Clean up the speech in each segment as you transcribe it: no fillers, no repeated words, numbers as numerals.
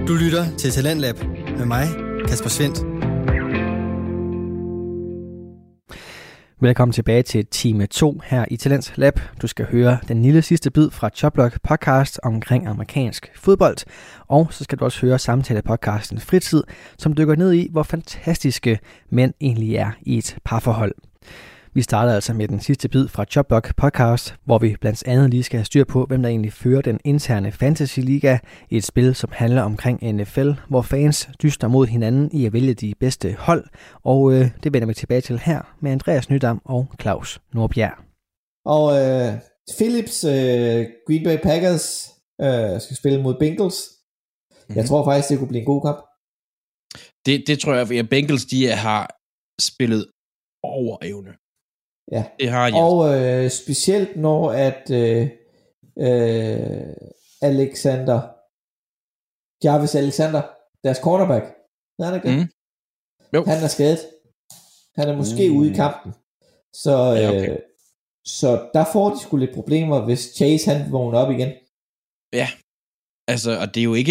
Du lytter til Talentlab med mig, Kasper Svendt. Velkommen tilbage til time 2 her i Talentlab. Du skal høre den lille sidste bid fra Choplock podcast omkring amerikansk fodbold. Og så skal du også høre samtale-podcasten Fritid, som dykker ned i, hvor fantastiske mænd egentlig er i et parforhold. Vi starter altså med den sidste bid fra Choplock podcast, hvor vi blandt andet lige skal have styr på, hvem der egentlig fører den interne fantasy-liga i et spil, som handler omkring NFL, hvor fans dyster mod hinanden i at vælge de bedste hold. Og det vender vi tilbage til her med Andreas Nydam og Claus Nordbjerg. Og Philips Green Bay Packers skal spille mod Bengals. Jeg tror faktisk, det kunne blive en god kamp. Det tror jeg, at Bengals de har spillet over evne. Ja, det har de. Og specielt når at Jarvis Alexander, deres quarterback, er han ikke det? Han er skadet. Han er måske ude i kampen. Så, okay. Så der får de sgu lidt problemer, hvis Chase han vågner op igen. Ja, altså, og det er jo ikke...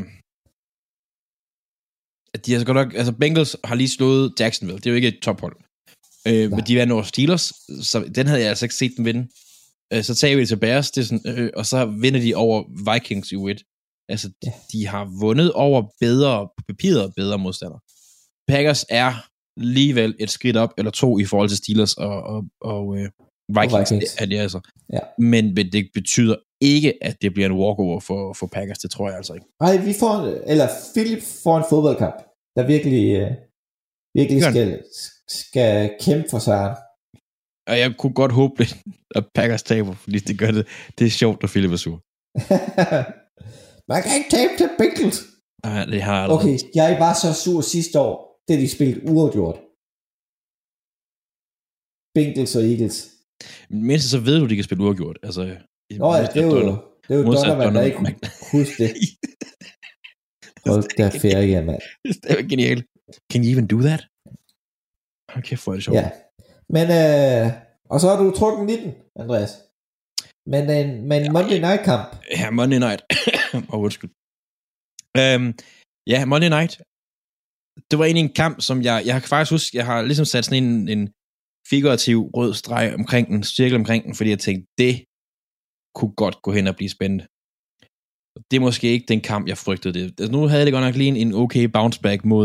de har godt nok... Altså, Bengals har lige slået Jacksonville. Det er jo ikke et tophold. Men de vandt over Steelers, så den havde jeg altså ikke set dem vinde. Så tager vi det til Bears, det er sådan, og så vinder de over Vikings i U1. Altså, de har vundet over bedre, på papiret bedre modstandere. Packers er alligevel et skridt op, eller to i forhold til Steelers og Vikings. Er det altså. Ja. Men det betyder ikke, at det bliver en walkover for Packers, det tror jeg altså ikke. Nej, Philip får en fodboldkamp, der virkelig skal kæmpe for sig. Og jeg kunne godt håbe lidt, at Packers taber, fordi det gør det. Det er sjovt, når Philip er sur. Man kan ikke tabe til Bengals. Nej, det har jeg. Okay, jeg var så sur sidste år, da de spillede uafgjort. Bengals og Eagles. Men så ved du, de kan spille uafgjort. Altså, det er jo Donovan, der ikke kunne huske det. Hold da ferie, mand. Det er genialt. Can you even do that? Okay, for det sjovt. Ja. Men, og så har du trukket 19, Andreas. Men en Monday Night kamp. Ja, Monday Night. Undskyld. Monday Night. Det var egentlig en kamp, som jeg kan faktisk huske, jeg har ligesom sat sådan en figurativ rød streg omkring den, cirkel omkring den, fordi jeg tænkte, det kunne godt gå hen og blive spændende. Det er måske ikke den kamp, jeg frygtede det. Altså, nu havde det godt nok lige en okay bounce back mod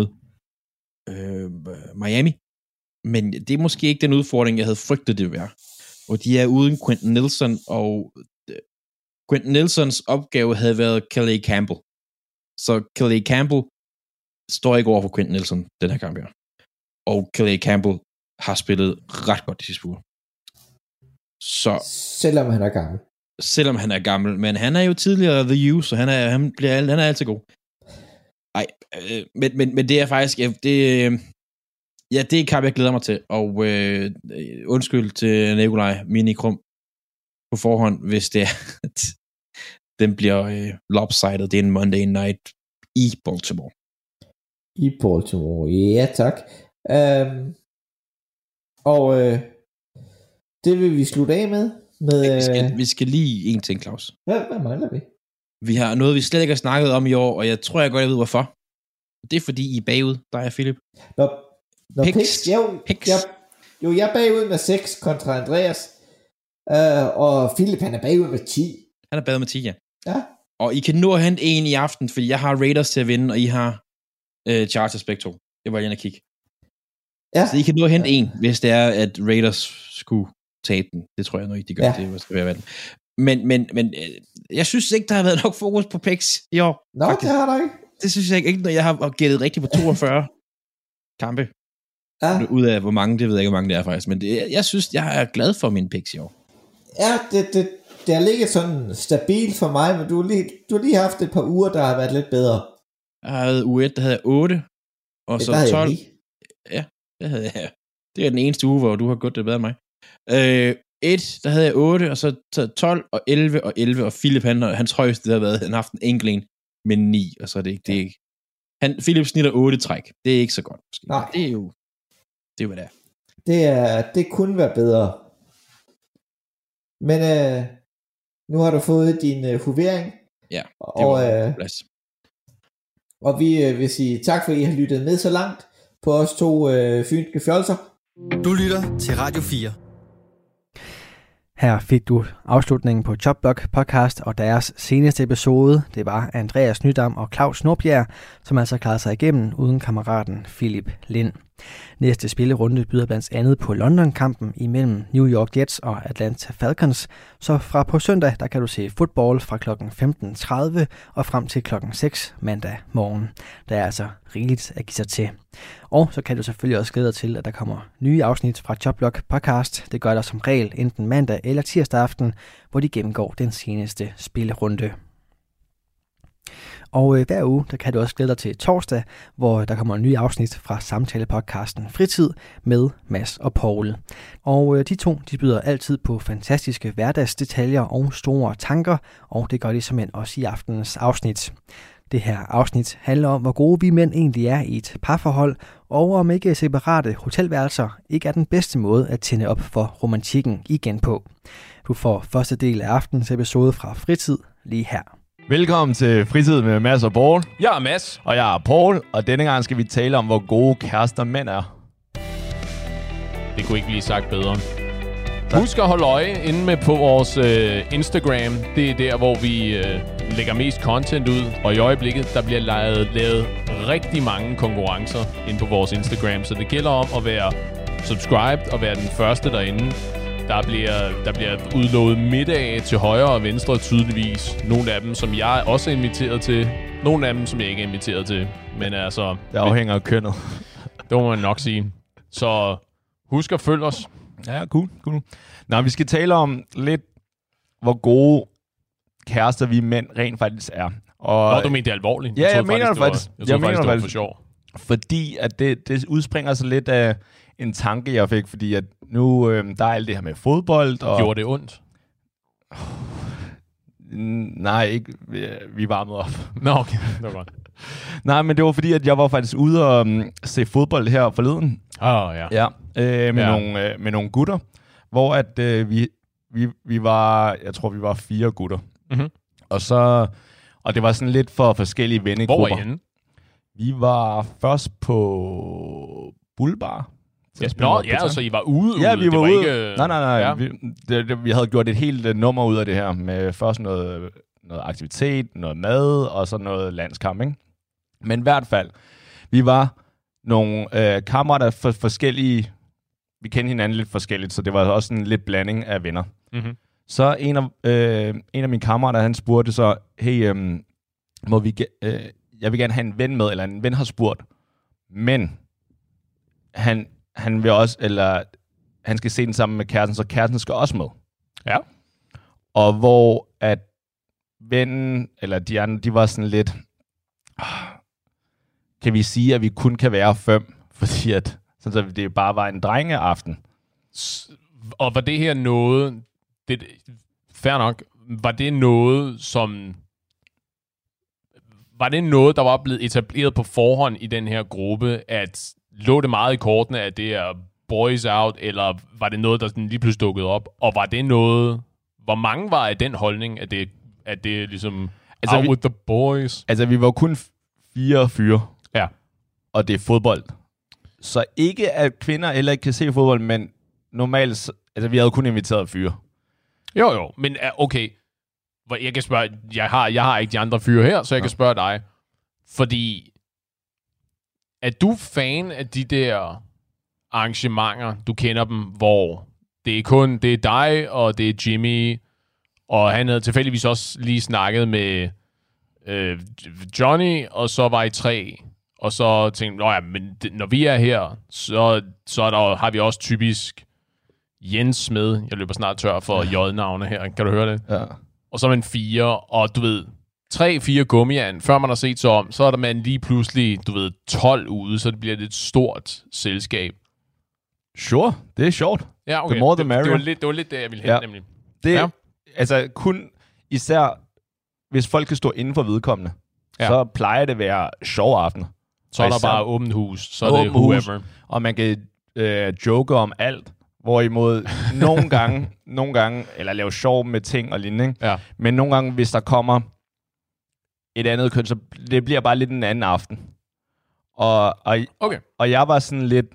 Miami, men det er måske ikke den udfordring, jeg havde frygtet det være. Og de er uden Quentin Nelson, og Quentin Nelsons opgave havde været Calais Campbell. Så Calais Campbell står ikke over for Quentin Nelson, den her kamp her. Og Calais Campbell har spillet ret godt de sidste uger. Så, selvom han er gammel. Selvom han er gammel, men han er jo tidligere The U, så han er altid god. Nej, men det er faktisk, det er en kamp, jeg glæder mig til, og undskyld til Nikolaj Minikrum på forhånd, hvis det er, den bliver lopsided. Det er en Monday Night i Baltimore. I Baltimore, ja tak. Det vil vi slutte af med. Vi skal lige en ting, Claus. Hvad mangler vi? Vi har noget, vi slet ikke har snakket om i år, og jeg tror, jeg ved, hvorfor. Det er fordi, I er bagud, der er Philip. Picks. Jo, jeg er bagud med 6 kontra Andreas. Og Philip, han er bagud med 10. Han er bagud med 10, ja. Ja. Og I kan nå at hente en i aften, fordi jeg har Raiders til at vinde, og I har Chargers begge to. Det var lige at kigge. Ja. Så I kan nå at hente en, hvis det er, at Raiders skulle tabe den. Det tror jeg nok ikke, de gør. Ja. Det skal være den. Men jeg synes ikke, der har været nok fokus på picks i år. Nå, det har der ikke. Det synes jeg ikke, når jeg har gættet rigtigt på 42 kampe. Ja. Ud af, hvor mange, det ved jeg ikke, hvor mange det er faktisk. Men jeg synes, jeg er glad for mine picks i år. Ja, det har ligget sådan stabilt for mig, men du har lige haft et par uger, der har været lidt bedre. Jeg havde uge 1, der havde jeg 8, og så 12. Ja, det havde jeg. Det er den eneste uge, hvor du har gået det bedre end mig. 1, der havde jeg 8, og så 12, og 11, og 11, og Philip, hans højeste, der har været, han har haft en enkelt en med 9, og så er det ikke, Philip snitter 8 træk. Det er ikke så godt, måske. Nej. Det er jo, hvad det er. Det kunne være bedre. Men nu har du fået din hovering. Ja, det var plads. Og vi vil sige tak, for I har lyttet med så langt på os to fynske fjolser. Du lytter til Radio 4. Her fik du afslutningen på Chopblock podcast og deres seneste episode. Det var Andreas Nydam og Claus Nordbjerg, som altså klarede sig igennem uden kammeraten Philip Lind. Næste spillerunde byder blandt andet på London-kampen imellem New York Jets og Atlanta Falcons. Så fra på søndag, der kan du se fodbold fra kl. 15.30 og frem til kl. 6 mandag morgen. Der er altså rigeligt at give sig til. Og så kan du selvfølgelig også glæde dig til, at der kommer nye afsnit fra Chopblock podcast. Det gør der som regel enten mandag eller tirsdag aften, hvor de gennemgår den seneste spillerunde. Og hver uge, der kan du også glæde dig til torsdag, hvor der kommer en ny afsnit fra samtalepodcasten Fritid med Mads og Paul. Og de to, de byder altid på fantastiske hverdagsdetaljer og store tanker, og det gør de simpelthen også i aftenens afsnit. Det her afsnit handler om, hvor gode vi mænd egentlig er i et parforhold, og om ikke separate hotelværelser ikke er den bedste måde at tænde op for romantikken igen på. Du får første del af aftens episode fra Fritid lige her. Velkommen til Fritid med Mads og Paul. Jeg er Mads. Og jeg er Paul, og denne gang skal vi tale om, hvor gode kærester mænd er. Det kunne ikke blive sagt bedre. Husk at holde øje inde med på vores Instagram. Det er der, hvor vi lægger mest content ud. Og i øjeblikket, der bliver lavet rigtig mange konkurrencer inde på vores Instagram. Så det gælder om at være subscribed og være den første derinde. Der bliver udlovet middage til højre og venstre tydeligvis. Nogle af dem, som jeg også er inviteret til. Nogle af dem, som jeg ikke er inviteret til. Men altså... Det afhænger af kønnet. Det må man nok sige. Så husk at følge os. Ja, cool. Nå, vi skal tale om lidt, hvor gode kærester vi mænd rent faktisk er. Og du mener det alvorligt? Ja, jeg mener det faktisk. Jeg mener det var for sjov. Fordi at det udspringer så lidt af en tanke, jeg fik, fordi at nu der er alt det her med fodbold. Og gjorde det ondt? Nej, ikke. Vi varmede op. Nå, okay. Det var godt. Nej, men det var fordi, at jeg var faktisk ude og se fodbold her forleden. Ja. Med nogle gutter, hvor at vi var, jeg tror vi var 4 gutter. Mm-hmm. Og det var sådan lidt for forskellige vennegrupper. Hvor var I henne? Vi var først på Bullbar. Så I var ude? Ja, vi var ude. Ikke... Nej. Ja. Vi havde gjort et helt nummer ud af det her, med først noget aktivitet, noget mad, og så noget landskamp, ikke? Men i hvert fald, vi var nogle kammerater for forskellige... Vi kendte hinanden lidt forskelligt, så det var også en lidt blanding af venner. Mm-hmm. Så en af mine kammerater, han spurgte så, hey, jeg vil gerne have en ven med, eller en ven har spurgt, men han vil også, eller han skal se den sammen med kæresten, så kæresten skal også med. Ja. Og hvor at vennen, eller de andre, de var sådan lidt, kan vi sige, at vi kun kan være 5, fordi at så det bare var en drengeaften. Og var det her noget, fair nok, var det noget, der var blevet etableret på forhånd i den her gruppe, at lå det meget i kortene, at det er boys out, eller var det noget, der sådan lige pludselig dukkede op? Og var det noget, hvor mange var af den holdning, at det ligesom altså out with the boys? Altså, vi var kun 4 fyre. Ja. Og det er fodbold. Så ikke at kvinder eller ikke kan se fodbold, men normalt, altså vi havde kun inviteret fyre. Jo, men okay. Jeg kan spørge, jeg har ikke de andre fyre her, så jeg kan spørge dig. Fordi, er du fan af de der arrangementer, du kender dem, hvor det er dig, og det er Jimmy, og han havde tilfældigvis også lige snakket med Johnny, og så var I 3, og så tænkte men når vi er her, så har vi også typisk Jens med. Jeg løber snart tør for J-navne her. Kan du høre det? Ja. Og så er man 4, og du ved, 3-4 gummiand, før man har set sig om, så er der man lige pludselig, 12 ude, så det bliver et stort selskab. Sure, det er sjovt. Ja, okay. The more the merrier. Det var lidt det, jeg ville have, nemlig. Det altså kun, især hvis folk kan stå inden for vedkommende, så plejer det at være sjov aftener. Så er der bare åbent hus, så er det whoever. Og man kan joke om alt, hvorimod nogle gange, eller lave sjov med ting og lignende, men nogle gange, hvis der kommer et andet køn, så det bliver bare lidt en anden aften. Og jeg var sådan lidt...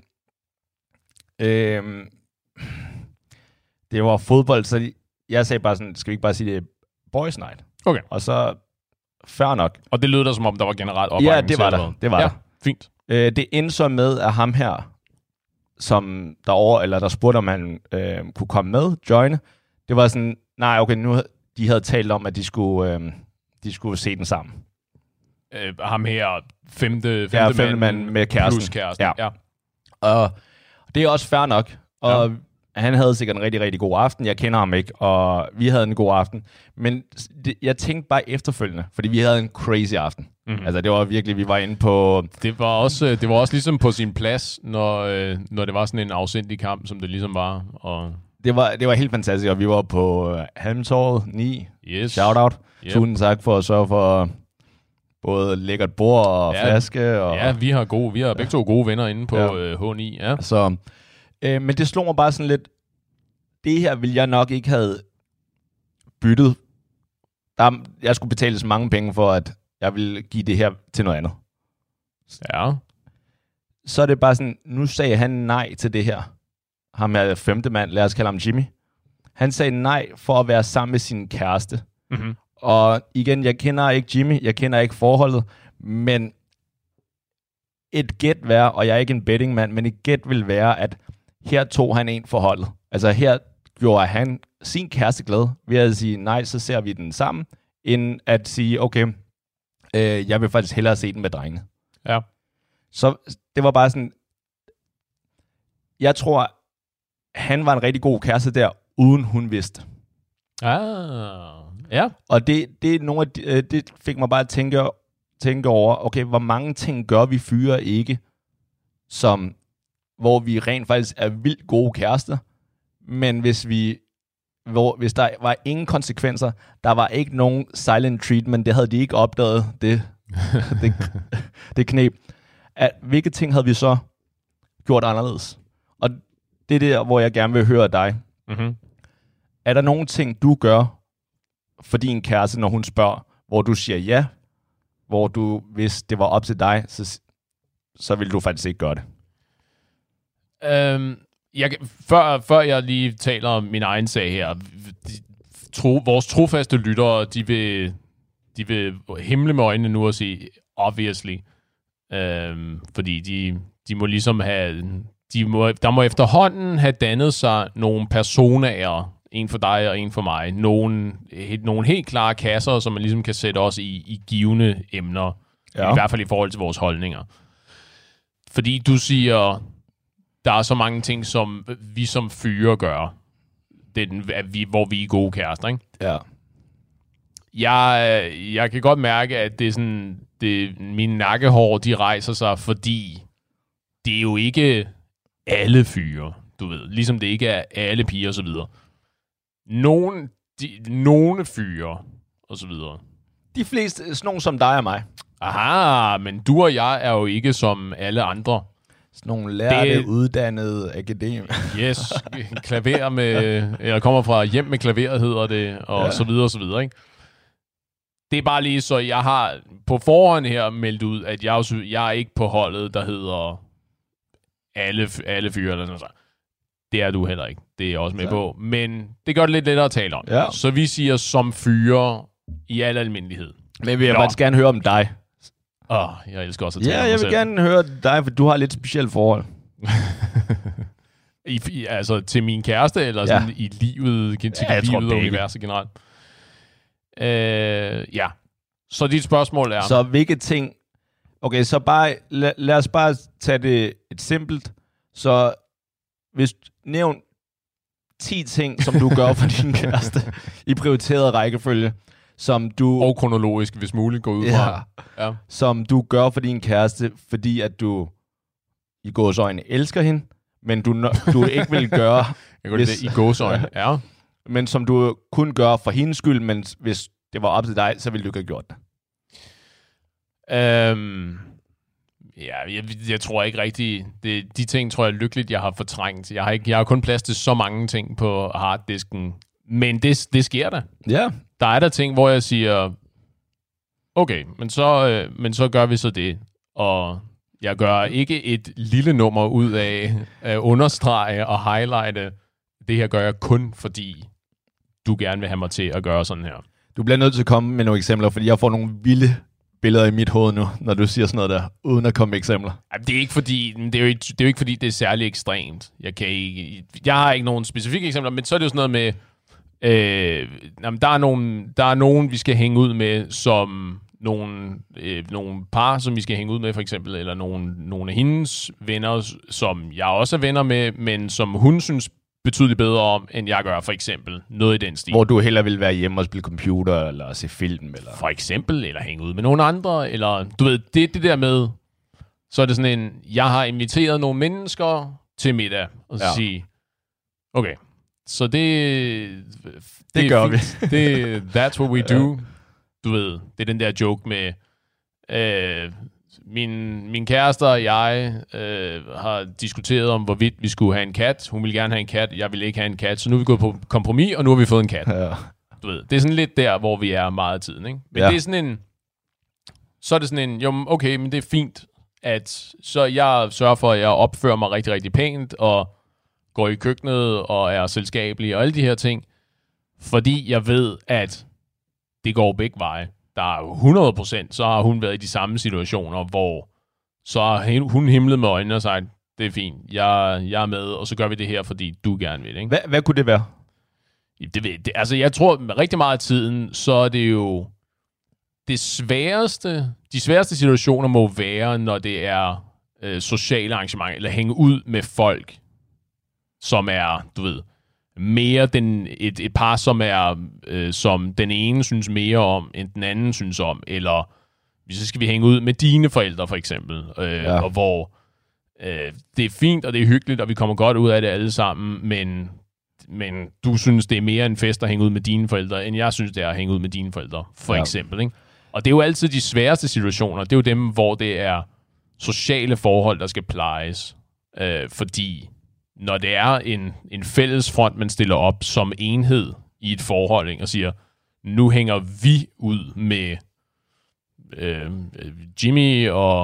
det var fodbold, så jeg sagde bare sådan, skal vi ikke bare sige det boys night? Okay. Og så fair nok. Og det lød der, som om der var generelt opbakning. Ja, det var der. Det var der. Fint. Det endte så med, at ham her, som der spurgte, om han kunne komme med, joine, det var sådan, nej, okay, nu de havde talt om, at de skulle se den sammen. Ham her, femte mand med kæresten. Plus kæresten, ja. Og det er også fair nok. Og han havde sikkert en rigtig, rigtig god aften. Jeg kender ham ikke, og vi havde en god aften. Men jeg tænkte bare efterfølgende, fordi vi havde en crazy aften. Mm-hmm. Altså, det var virkelig, vi var inde på... Det var også ligesom på sin plads, når det var sådan en afsindig kamp, som det ligesom var. Og... Det var helt fantastisk, og vi var på Halmtorvet 9. Yes. Shout-out. Yep. Tusind tak for at sørge for både lækkert bord og flaske. Og... Ja, vi har begge to gode venner inde på H9. Ja. Så, men det slog mig bare sådan lidt, det her ville jeg nok ikke have byttet. Jeg skulle betale så mange penge for, at jeg ville give det her til noget andet. Ja. Så er det bare sådan, nu sagde han nej til det her. Ham er femte mand, lad os kalde ham Jimmy. Han sagde nej for at være sammen med sin kæreste. Mm-hmm. Og igen, jeg kender ikke Jimmy, jeg kender ikke forholdet, men et gæt være, og jeg er ikke en bettingmand, men et gæt vil være, at her tog han en forholdet. Altså her gjorde han sin kæreste glad ved at sige, nej, så ser vi den sammen, end at sige, okay, jeg vil faktisk hellere se den med drengene. Ja. Så det var bare sådan, jeg tror, han var en rigtig god kæreste der, uden hun vidste. Ja. Og det er nogle af det fik mig bare at tænke over, okay, hvor mange ting gør vi fyre ikke, hvor vi rent faktisk er vildt gode kærester, men hvis der var ingen konsekvenser, der var ikke nogen silent treatment, det havde de ikke opdaget, det kneb. Hvilke ting havde vi så gjort anderledes? Og det er der, hvor jeg gerne vil høre dig. Mm-hmm. Er der nogle ting, du gør for din kæreste, når hun spørger, hvor du siger ja, hvor du, hvis det var op til dig, så ville du faktisk ikke gøre det? Før jeg lige taler om min egen sag her, vores trofaste lyttere, de vil himle med øjnene nu og sige, obviously. Fordi de må ligesom have... Der må efterhånden have dannet sig nogle personaer, en for dig og en for mig, nogle helt klare kasser, som man ligesom kan sætte os i givende emner, i hvert fald i forhold til vores holdninger. Fordi du siger, der er så mange ting, som vi som fyre gør, hvor vi er gode kærester, ikke? Ja. Jeg kan godt mærke, at det er sådan, mine nakkehår, de rejser sig, fordi det er jo ikke alle fyre, du ved. Ligesom det ikke er alle piger og så videre. Nogle fyre og så videre. De fleste, sådan nogle som dig og mig. Aha, men du og jeg er jo ikke som alle andre. Sådan nogle lærte, uddannede akademikere. Yes, klaver eller kommer fra hjem med klaveret, hedder det, og så videre og så videre, ikke? Det er bare lige så, jeg har på forhånd her meldt ud, at jeg er ikke på holdet, der hedder alle fyre eller sådan noget. Det er du heller ikke. Det er jeg også med på. Men det gør det lidt lettere at tale om. Ja. Så vi siger som fyre i al almindelighed. Men vil jeg faktisk gerne høre om dig. Jeg elsker også at tale om jeg vil gerne høre dig, for du har lidt specielt forhold. Altså til min kæreste, eller sådan i livet, til livet og universet generelt? Ja. Så dit spørgsmål er... Så hvilke ting... Okay, så bare lad os bare tage det et simpelt. Så hvis nævn 10 ting, som du gør for din kæreste i prioriteret rækkefølge, som du... Og kronologisk, hvis muligt, går ud fra. Ja. Som du gør for din kæreste, fordi at du i gåseøjne elsker hende, men du ikke vil gøre... I gåseøjne, ja. Men som du kun gør for hendes skyld, men hvis det var op til dig, så ville du ikke have gjort det. Jeg tror ikke rigtigt. De ting tror jeg lykkeligt, jeg har fortrængt. Jeg har kun plads til så mange ting på harddisken. Men det sker da. Ja. Der er der ting, hvor jeg siger, Okay, men så gør vi så det. Og jeg gør ikke et lille nummer ud af at understrege og highlighte. Det her gør jeg kun, fordi du gerne vil have mig til at gøre sådan her. Du bliver nødt til at komme med nogle eksempler, fordi jeg får nogle vilde billeder i mit hoved nu, når du siger sådan noget der, uden at komme med eksempler. Det er jo ikke fordi, det er særlig ekstremt. Jeg har ikke nogen specifikke eksempler, men så er det jo sådan noget med, der er nogen, vi skal hænge ud med, som nogle par, som vi skal hænge ud med, for eksempel, eller nogle af hendes venner, som jeg også er venner med, men som hun synes betydeligt bedre om, end jeg gør, for eksempel. Noget i den stil. Hvor du hellere vil være hjemme og spille computer, eller se film, eller... For eksempel, eller hænge ud med nogle andre, eller... Du ved, det der med... Så er det sådan en... Jeg har inviteret nogle mennesker til middag, og så sige... Okay, så det gør vi. That's what we do. Du ved, det er den der joke med... Min kæreste og jeg har diskuteret om, hvorvidt vi skulle have en kat. Hun ville gerne have en kat, jeg ville ikke have en kat. Så nu er vi gået på kompromis, og nu har vi fået en kat. Ja. Du ved, det er sådan lidt der, hvor vi er meget af tiden. Ikke? Men det er sådan en... Så er det sådan en... Jo, okay, men det er fint, at så jeg sørger for, at jeg opfører mig rigtig, rigtig pænt, og går i køkkenet, og er selskabelig, og alle de her ting. Fordi jeg ved, at det går begge veje. Der er 100%, så har hun været i de samme situationer, hvor så har hun himlet med øjnene og sagt, det er fint, jeg er med, og så gør vi det her, fordi du gerne vil. Ikke? Hvad kunne det være? Altså, jeg tror, rigtig meget af tiden, så er det jo de sværeste situationer må være, når det er sociale arrangementer, eller hænge ud med folk, som er, du ved, mere et par, som er som den ene synes mere om, end den anden synes om, eller så skal vi hænge ud med dine forældre, for eksempel, og hvor det er fint, og det er hyggeligt, og vi kommer godt ud af det alle sammen, men du synes, det er mere en fest at hænge ud med dine forældre, end jeg synes, det er at hænge ud med dine forældre, for eksempel. Ikke? Og det er jo altid de sværeste situationer, det er jo dem, hvor det er sociale forhold, der skal plejes, fordi når det er en fælles front, man stiller op som enhed i et forhold, ikke, og siger, nu hænger vi ud med Jimmy, og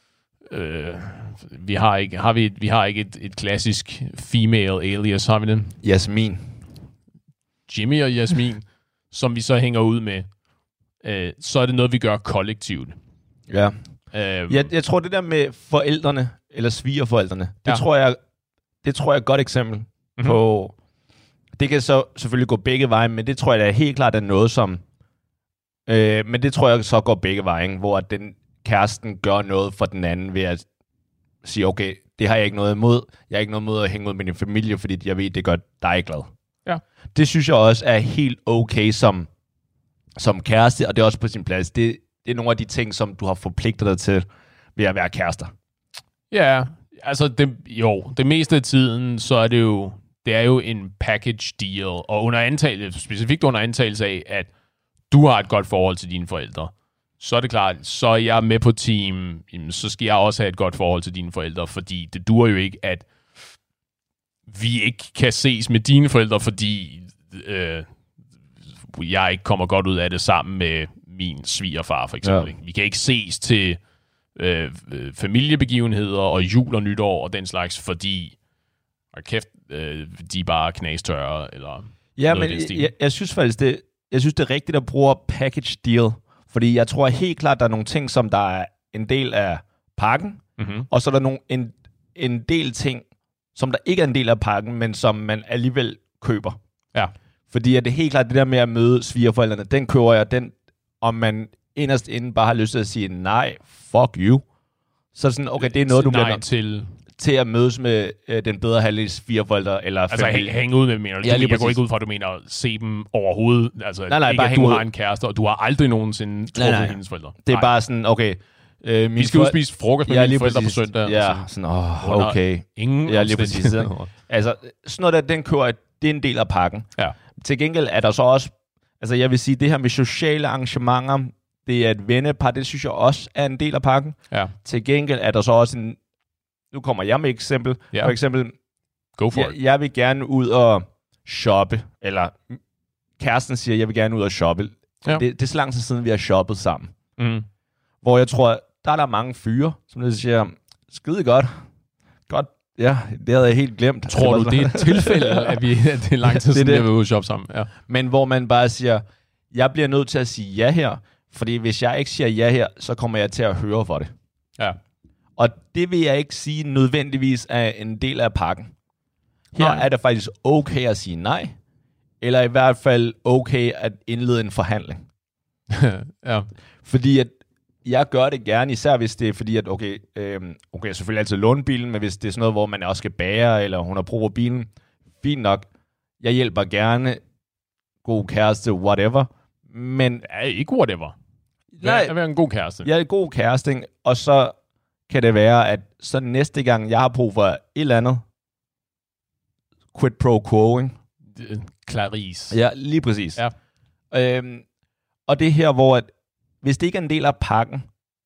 vi har ikke et klassisk female alias, har vi den? Jasmin. Jimmy og Jasmin, som vi så hænger ud med, så er det noget, vi gør kollektivt. Ja. Jeg tror, det der med forældrene, eller svigerforældrene, det tror jeg er et godt eksempel på... Det kan så selvfølgelig gå begge veje, men det tror jeg da helt klart er noget, som... men det tror jeg så går begge veje, ikke? Hvor den kæresten gør noget for den anden ved at sige, okay, det har jeg ikke noget imod. Jeg har ikke noget imod at hænge ud med din familie, fordi jeg ved, det gør dig glad. Ja. Det synes jeg også er helt okay som kæreste, og det er også på sin plads. Det er nogle af de ting, som du har forpligtet dig til ved at være kærester. Ja, altså det meste af tiden, så er det er jo en package deal, og specifikt under antagelse af, at du har et godt forhold til dine forældre, så er det klart, så er jeg med på team, så skal jeg også have et godt forhold til dine forældre, fordi det duer jo ikke, at vi ikke kan ses med dine forældre, fordi jeg ikke kommer godt ud af det sammen med min svigerfar, for eksempel. Ja. Vi kan ikke ses til familiebegivenheder og jul og nytår og den slags, fordi de er bare knastørre, eller noget men jeg synes faktisk, det er rigtigt at bruge package deal, fordi jeg tror helt klart, der er nogle ting, som der er en del af pakken, og så er der en del ting, som der ikke er en del af pakken, men som man alligevel køber. Ja. Fordi det er helt klart det der med at møde svigerforældrene, den køber jeg, om man inderst inden bare har lyst til at sige, nej, fuck you. Så sådan, okay, det er noget, du bliver til at mødes med den bedre halvdels svigerforældre, eller altså hænge ud med dem. Jeg går ikke ud fra, at du mener se dem overhovedet. Altså nej, ikke, at du har en kæreste, og du har aldrig nogensinde truffet hendes forældre. Det er bare sådan, okay, vi skal ud spise frokost med mine forældre på søndag. Ja, sådan, okay. Ingen lige præcis. Altså, sådan noget der, den kører, det er en del af pakken. Ja. Til gengæld er der så også, altså jeg vil sige, det her med sociale arrangementer, det er et vennepar, det synes jeg også er en del af pakken. Ja. Til gengæld er der så også nu kommer jeg med et eksempel. For eksempel, go for it. Jeg vil gerne ud og shoppe, eller kæresten siger, jeg vil gerne ud og shoppe. Ja. Det er så lang tid siden, vi har shoppet sammen. Hvor jeg tror, der er mange fyre, som der siger, skide godt. Godt, ja, det havde jeg helt glemt. Tror du, det er et tilfælde, at det er lang tid siden, jeg vil ud shoppe sammen? Ja. Men hvor man bare siger, jeg bliver nødt til at sige ja her, fordi hvis jeg ikke siger ja her, så kommer jeg til at høre for det. Ja. Og det vil jeg ikke sige nødvendigvis er en del af pakken. Her er det faktisk okay at sige nej, eller i hvert fald okay at indlede en forhandling. Ja. Fordi at jeg gør det gerne, især hvis det er fordi, at okay, selvfølgelig altid låne bilen, men hvis det er sådan noget, hvor man også skal bære, eller hun har brug for bilen, fint nok. Jeg hjælper gerne, god kæreste, whatever. Men ikke whatever. Nej, at være en god kæreste. Jeg er en god kæreste, og så kan det være, at så næste gang, jeg har brug for et eller andet, quid pro quo, ikke? Clarice. Ja, lige præcis. Ja. Og det her, hvor at, hvis det ikke er en del af pakken,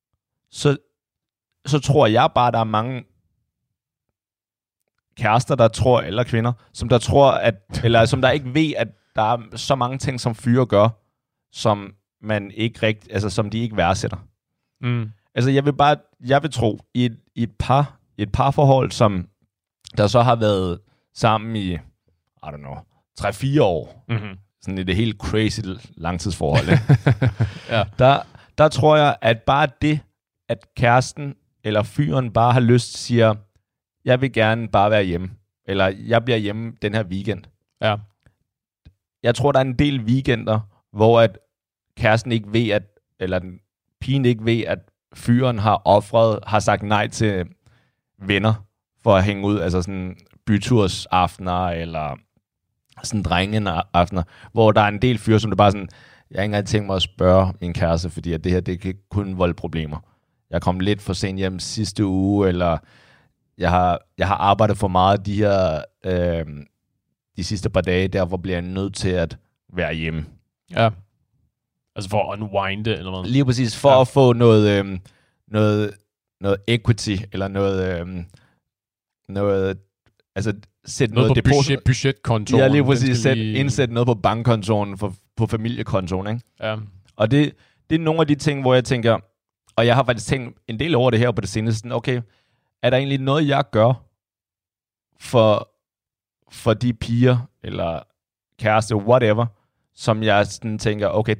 så tror jeg bare, der er mange kærester, der tror, eller kvinder, som der tror, eller som der ikke ved, at der er så mange ting, som fyre gør, som man ikke rigtig, altså som de ikke værdsætter. Altså jeg vil tro, i et parforhold, som der så har været sammen i, I don't know, 3-4 år, sådan i det helt crazy langtidsforhold, ja. Der tror jeg, at bare det, at kæresten eller fyren bare har lyst, siger, jeg vil gerne bare være hjemme, eller jeg bliver hjemme den her weekend. Ja. Jeg tror, der er en del weekender, hvor at kæresten ikke ved, eller pigen ikke ved, at fyren har sagt nej til venner for at hænge ud, altså sådan bytursaftener, eller sådan drengeaftener, hvor der er en del fyre, som det bare sådan, jeg har ikke engang tænkt mig at spørge min kæreste, fordi at det her, det kan kun volde problemer. Jeg kom lidt for sent hjem sidste uge, eller jeg har arbejdet for meget de sidste par dage, derfor bliver jeg nødt til at være hjemme. Ja. Altså for at unwinde eller noget. Lige præcis, for at få noget equity, eller noget altså sætte noget på budgetkontoen. Ja, lige præcis, indsætte noget på bankkontoen, på familiekontoen, ikke? Ja. Og det er nogle af de ting, hvor jeg tænker, og jeg har faktisk tænkt en del over det her på det seneste, okay, er der egentlig noget, jeg gør for de piger, eller kæreste, whatever, som jeg sådan tænker, okay,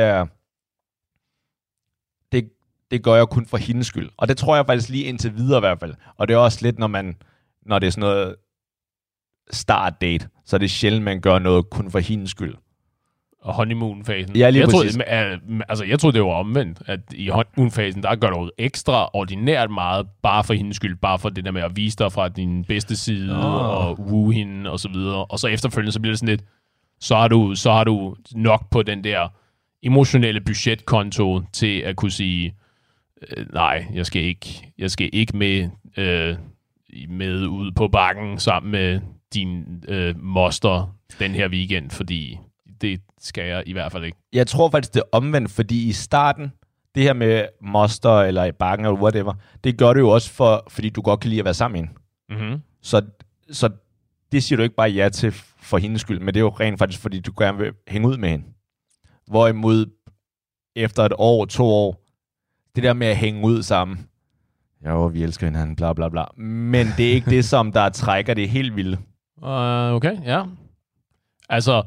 det gør jeg kun for hendes skyld. Og det tror jeg faktisk lige indtil videre i hvert fald. Og det er også lidt, når det er sådan noget start date, så er det sjældent, man gør noget kun for hendes skyld. Og honeymoon-fasen. Ja, jeg troede, det var omvendt, at i honeymoon-fasen, der gør du ekstraordinært meget, bare for hendes skyld, bare for det der med at vise dig fra din bedste side, og woo hende, og så videre. Og så efterfølgende, så bliver det sådan lidt, så har du nok på den der emotionelle budgetkonto til at kunne sige, nej, jeg skal ikke med ud på bakken sammen med din moster den her weekend, fordi det skal jeg i hvert fald ikke. Jeg tror faktisk, det er omvendt, fordi i starten, det her med moster eller i bakken eller whatever, det gør du jo også fordi du godt kan lide at være sammen med hende. Så det siger du ikke bare ja til for hendes skyld, men det er jo rent faktisk, fordi du gerne vil hænge ud med hende. Hvorimod efter 1 år, 2 år, det der med at hænge ud sammen, jo, vi elsker hinanden, bla bla bla, men det er ikke det, som der trækker det helt vildt. Okay, ja. Altså,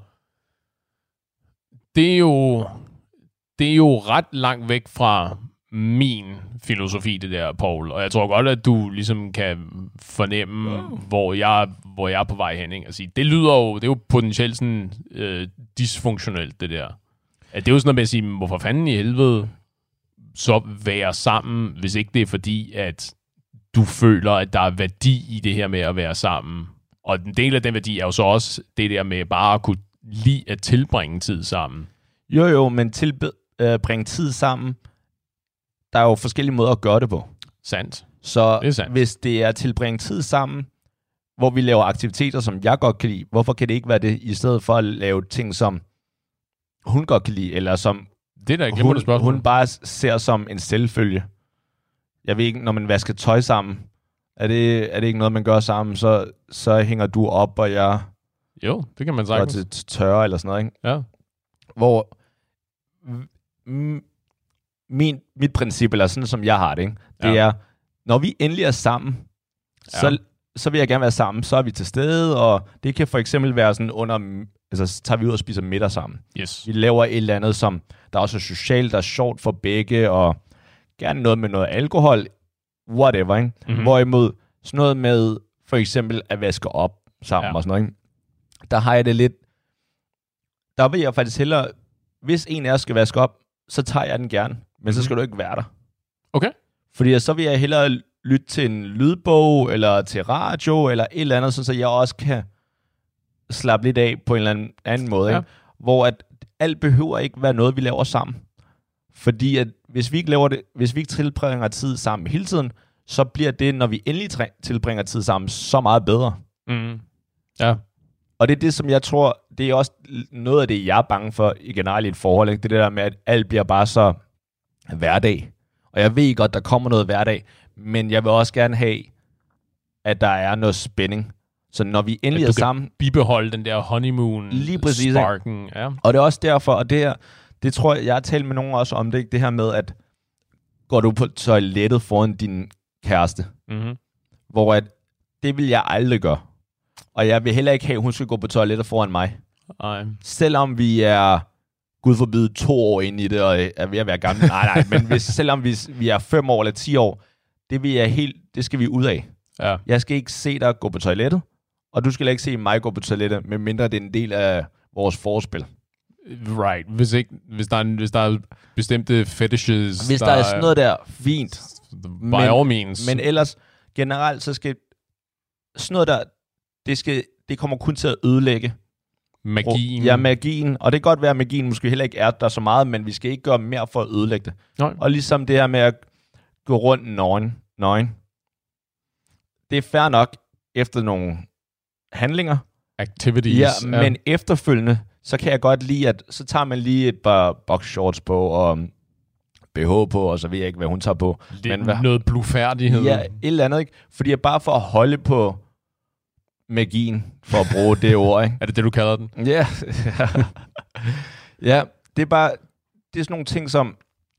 det er jo ret langt væk fra min filosofi, det der, Paul. Og jeg tror godt, at du ligesom kan fornemme, hvor jeg er på vej hen. Ikke? Altså, det er jo potentielt sådan dysfunktionelt, det der. At det er jo sådan noget med at sige, hvorfor fanden i helvede så være sammen, hvis ikke det er fordi, at du føler, at der er værdi i det her med at være sammen. Og en del af den værdi er jo så også det der med bare at kunne lide at tilbringe tid sammen. Jo, men bringe tid sammen, der er jo forskellige måder at gøre det på. Sandt. Så det sandt. Hvis det er tilbringe tid sammen, hvor vi laver aktiviteter, som jeg godt kan lide, hvorfor kan det ikke være det, i stedet for at lave ting, som hun godt kan lide, eller som det der hun bare ser som en selvfølge. Jeg ved ikke, når man vasker tøj sammen, er det ikke noget, man gør sammen, så hænger du op, og jeg jo, det kan man sagtens. Går til tørre eller sådan noget, ikke? Ja. Hvor mit princip, eller sådan som jeg har det, ikke? Det er, når vi endelig er sammen, så vil jeg gerne være sammen, så er vi til stede, og det kan for eksempel være sådan så tager vi ud og spiser middag sammen. Yes. Vi laver et eller andet, som der også er socialt, der er sjovt for begge, og gerne noget med noget alkohol, whatever, ikke? Mm-hmm. Hvorimod sådan noget med for eksempel at vaske op sammen og sådan noget, ikke? Der har jeg det lidt, der vil jeg faktisk hellere, hvis en af os skal vaske op, så tager jeg den gerne, men så skal du ikke være der. Okay. Fordi så vil jeg hellere lytte til en lydbog, eller til radio, eller et eller andet, så jeg også kan slappe lidt af på en eller anden måde. Ikke? Hvor at alt behøver ikke være noget, vi laver sammen. Fordi at hvis vi ikke laver det, hvis vi ikke tilbringer tid sammen hele tiden, så bliver det, når vi endelig tilbringer tid sammen, så meget bedre. Mm. Ja. Og det er det, som jeg tror, det er også noget af det, jeg er bange for i generelt i et forhold. Ikke? Det der med, at alt bliver bare så hverdag. Og jeg ved godt, der kommer noget hverdag, men jeg vil også gerne have, at der er noget spænding. Så når vi endelig er sammen... bibeholde den der honeymoon lige præcis, sparken. Ja. Og det er også derfor, og det tror jeg har talt med nogen også om det her med, at går du på toilettet foran din kæreste, hvor at, det vil jeg aldrig gøre. Og jeg vil heller ikke have, at hun skal gå på toilettet foran mig. Ej. Selvom vi er, gud forbyde, 2 år inde i det, og er ved at være gamle. Nej, men selvom vi er 5 år eller 10 år, det skal vi ud af. Ja. Jeg skal ikke se dig gå på toilettet, og du skal ikke se mig gå på toilettet, medmindre det er en del af vores forspil. Right. Hvis der er bestemte fetishes... Hvis der er sådan noget der, fint. By all means. Men ellers, generelt, så skal sådan noget der, det kommer kun til at ødelægge magien. Ja, magien. Og det kan godt være, at magien måske heller ikke er der så meget, men vi skal ikke gøre mere for at ødelægge det. Nej. Og ligesom det her med at gå rundt nøgen. Det er fair nok efter nogle handlinger. Activities. Ja, men efterfølgende, så kan jeg godt lide, at så tager man lige et par boxshorts på, og BH på, og så ved jeg ikke, hvad hun tager på. Men noget blufærdighed. Ja, et eller andet, ikke? Fordi jeg bare for at holde på magien, for at bruge det ord, ikke? Er det det, du kalder den? Ja. Ja, det er bare, det er sådan nogle ting, som...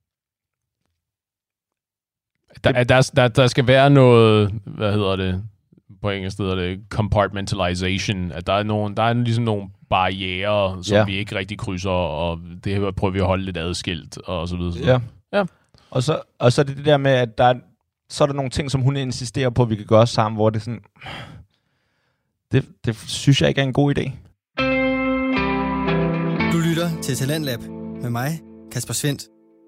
Der skal være noget, hvad hedder det, på engelsk hedder det, compartmentalization, at der er ligesom nogle barrierer, som vi ikke rigtig krydser, og det her prøver vi at holde lidt adskilt, og så videre. Ja. Og så er det der med, at så er der nogle ting, som hun insisterer på, at vi kan gøre sammen, hvor det er sådan... Det synes jeg ikke er en god idé. Du lytter til Talentlab med mig, Kasper Svendt.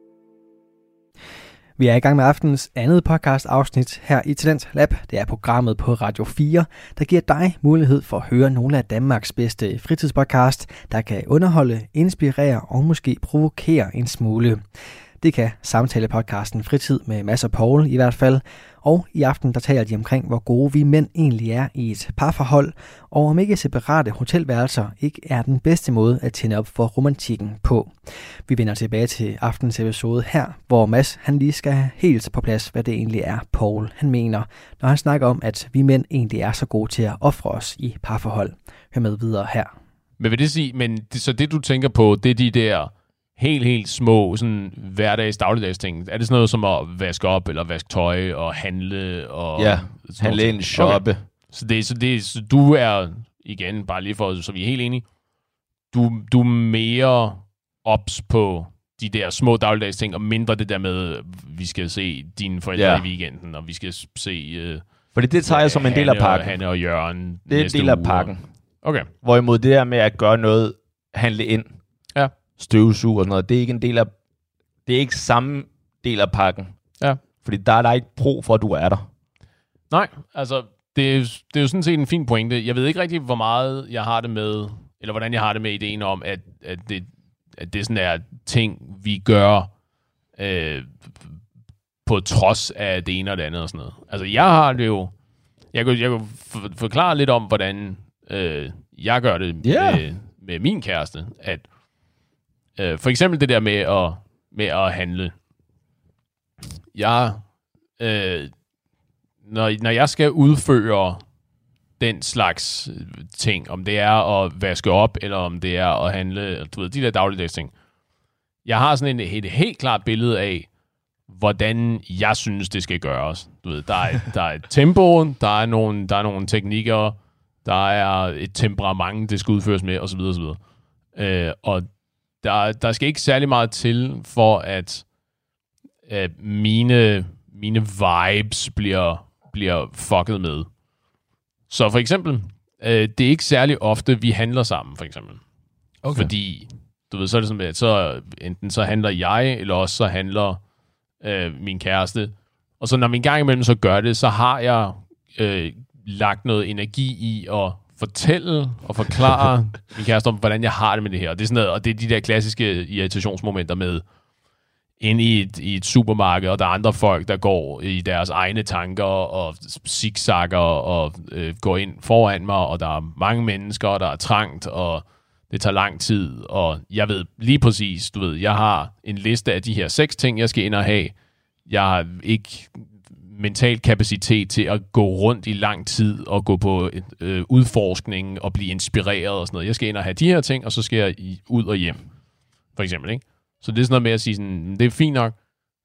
Vi er i gang med aftenens andet podcast-afsnit her i Talentlab. Det er programmet på Radio 4, der giver dig mulighed for at høre nogle af Danmarks bedste fritidspodcast, der kan underholde, inspirere og måske provokere en smule. Det kan samtale-podcasten Fritid med Mads og Paul i hvert fald. Og i aften der taler de omkring, hvor gode vi mænd egentlig er i et parforhold, og om ikke separate hotelværelser ikke er den bedste måde at tænde op for romantikken på. Vi vender tilbage til aftens episode her, hvor Mads han lige skal have helt på plads, hvad det egentlig er, Paul han mener, når han snakker om, at vi mænd egentlig er så gode til at ofre os i parforhold. Hør med videre her. Men vil det sige, så det du tænker på, det er de der helt små sådan hverdags, dagligdags ting. Er det sådan noget som at vaske op, eller vaske tøj, og handle, og... Ja, handle ind, shoppe. Okay. Så du er, igen, bare lige for, så vi er helt enige, du er mere ops på de der små dagligdags ting, og mindre det der med, vi skal se dine forældre i weekenden, og vi skal se... Fordi det tager jeg som en del af pakken. Hanne og Jørgen. Det er en del af pakken. Okay. Hvorimod det der med at gøre noget, handle ind, støvsug og sådan noget, det er ikke en del af, det er ikke samme del af pakken. Ja. Fordi der er der ikke brug for, at du er der. Nej, altså, det er jo sådan set en fin pointe. Jeg ved ikke rigtig, hvor meget jeg har det med, eller hvordan jeg har det med ideen om, at det sådan er ting, vi gør på trods af det ene og det andet og sådan noget. Altså, jeg har det jo, jeg kan forklare lidt om, hvordan jeg gør det med min kæreste, at for eksempel det der med at handle. Når jeg skal udføre den slags ting, om det er at vaske op, eller om det er at handle, du ved, de der dagligdags ting. Jeg har sådan et helt klart billede af, hvordan jeg synes, det skal gøres. Du ved, der er et tempo, der er nogle teknikker, der er et temperament, det skal udføres med, osv. osv. Og der skal ikke særlig meget til, for at mine vibes bliver fucket med. Så for eksempel, det er ikke særlig ofte, vi handler sammen, for eksempel. Okay. Fordi, du ved, så er det sådan, at så enten så handler jeg, eller også så handler min kæreste. Og så når vi en gang imellem så gør det, så har jeg lagt noget energi i at fortælle og forklare min kæreste om, hvordan jeg har det med det her. Og det er sådan noget, og det er de der klassiske irritationsmomenter med ind i et supermarked, og der er andre folk, der går i deres egne tanker og zigzagger og går ind foran mig, og der er mange mennesker, og der er trangt, og det tager lang tid, og jeg ved lige præcis, du ved, jeg har en liste af de her 6 ting, jeg skal ind og have. Jeg har ikke mental kapacitet til at gå rundt i lang tid og gå på udforskning og blive inspireret og sådan noget. Jeg skal ind og have de her ting, og så skal jeg ud og hjem, for eksempel, ikke? Så det er sådan noget med at sige sådan, det er fint nok,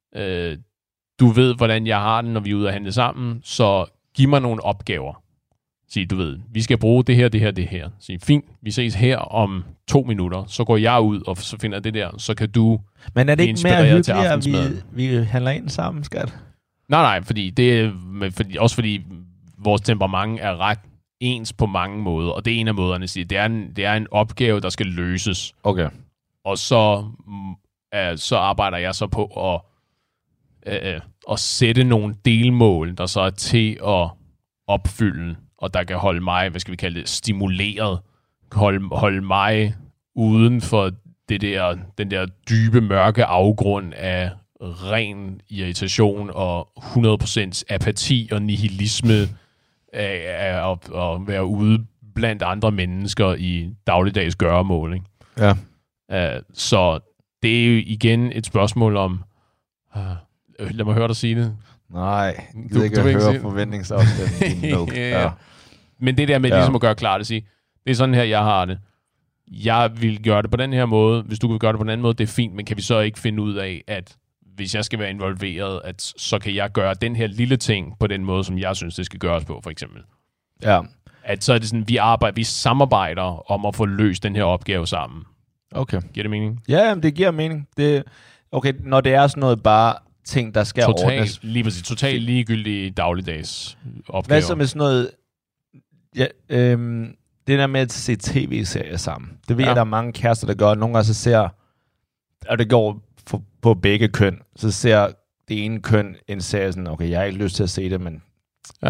du ved, hvordan jeg har den, når vi er ude og handle sammen, så giv mig nogle opgaver. Sig, du ved, vi skal bruge det her, det her, det her. Sig, fint, vi ses her om 2 minutter, så går jeg ud, og så finder det der, så kan du. Men er det ikke mere hyggeligt, at vi handler ind sammen, skat? Nej, fordi vores temperament er ret ens på mange måder, og det er en af måderne, siger, det er en opgave, der skal løses. Okay. Og så arbejder jeg så på at sætte nogle delmål, der så er til at opfylde, og der kan holde mig, hvad skal vi kalde det, stimuleret, holde mig uden for den der dybe, mørke afgrund af ren irritation og 100% apati og nihilisme af at være ude blandt andre mennesker i dagligdags gøremål, ikke? Ja. Så det er jo igen et spørgsmål om... lad mig høre dig sige det. Nej, du ikke høre forventningsafstemningen. Ja. Men det der med ligesom at gøre klart at sige, det er sådan her, jeg har det. Jeg vil gøre det på den her måde. Hvis du vil gøre det på den anden måde, det er fint, men kan vi så ikke finde ud af, at hvis jeg skal være involveret, at så kan jeg gøre den her lille ting på den måde, som jeg synes, det skal gøres på, for eksempel. Ja. At så er det sådan, vi samarbejder om at få løst den her opgave sammen. Okay. Giver det mening? Ja, det giver mening. Okay, når det er sådan noget bare ting, der skal ordnes. Lige præcis. Totalt ligegyldige dagligdags opgaver. Hvad så med sådan noget... Ja, det der med at se tv-serier sammen. Det ved jeg, der er mange kærester, der gør. Nogle gange så ser... Og det går på begge køn. Så ser det ene køn en serie sådan, okay, jeg har ikke lyst til at se det, men... Ja.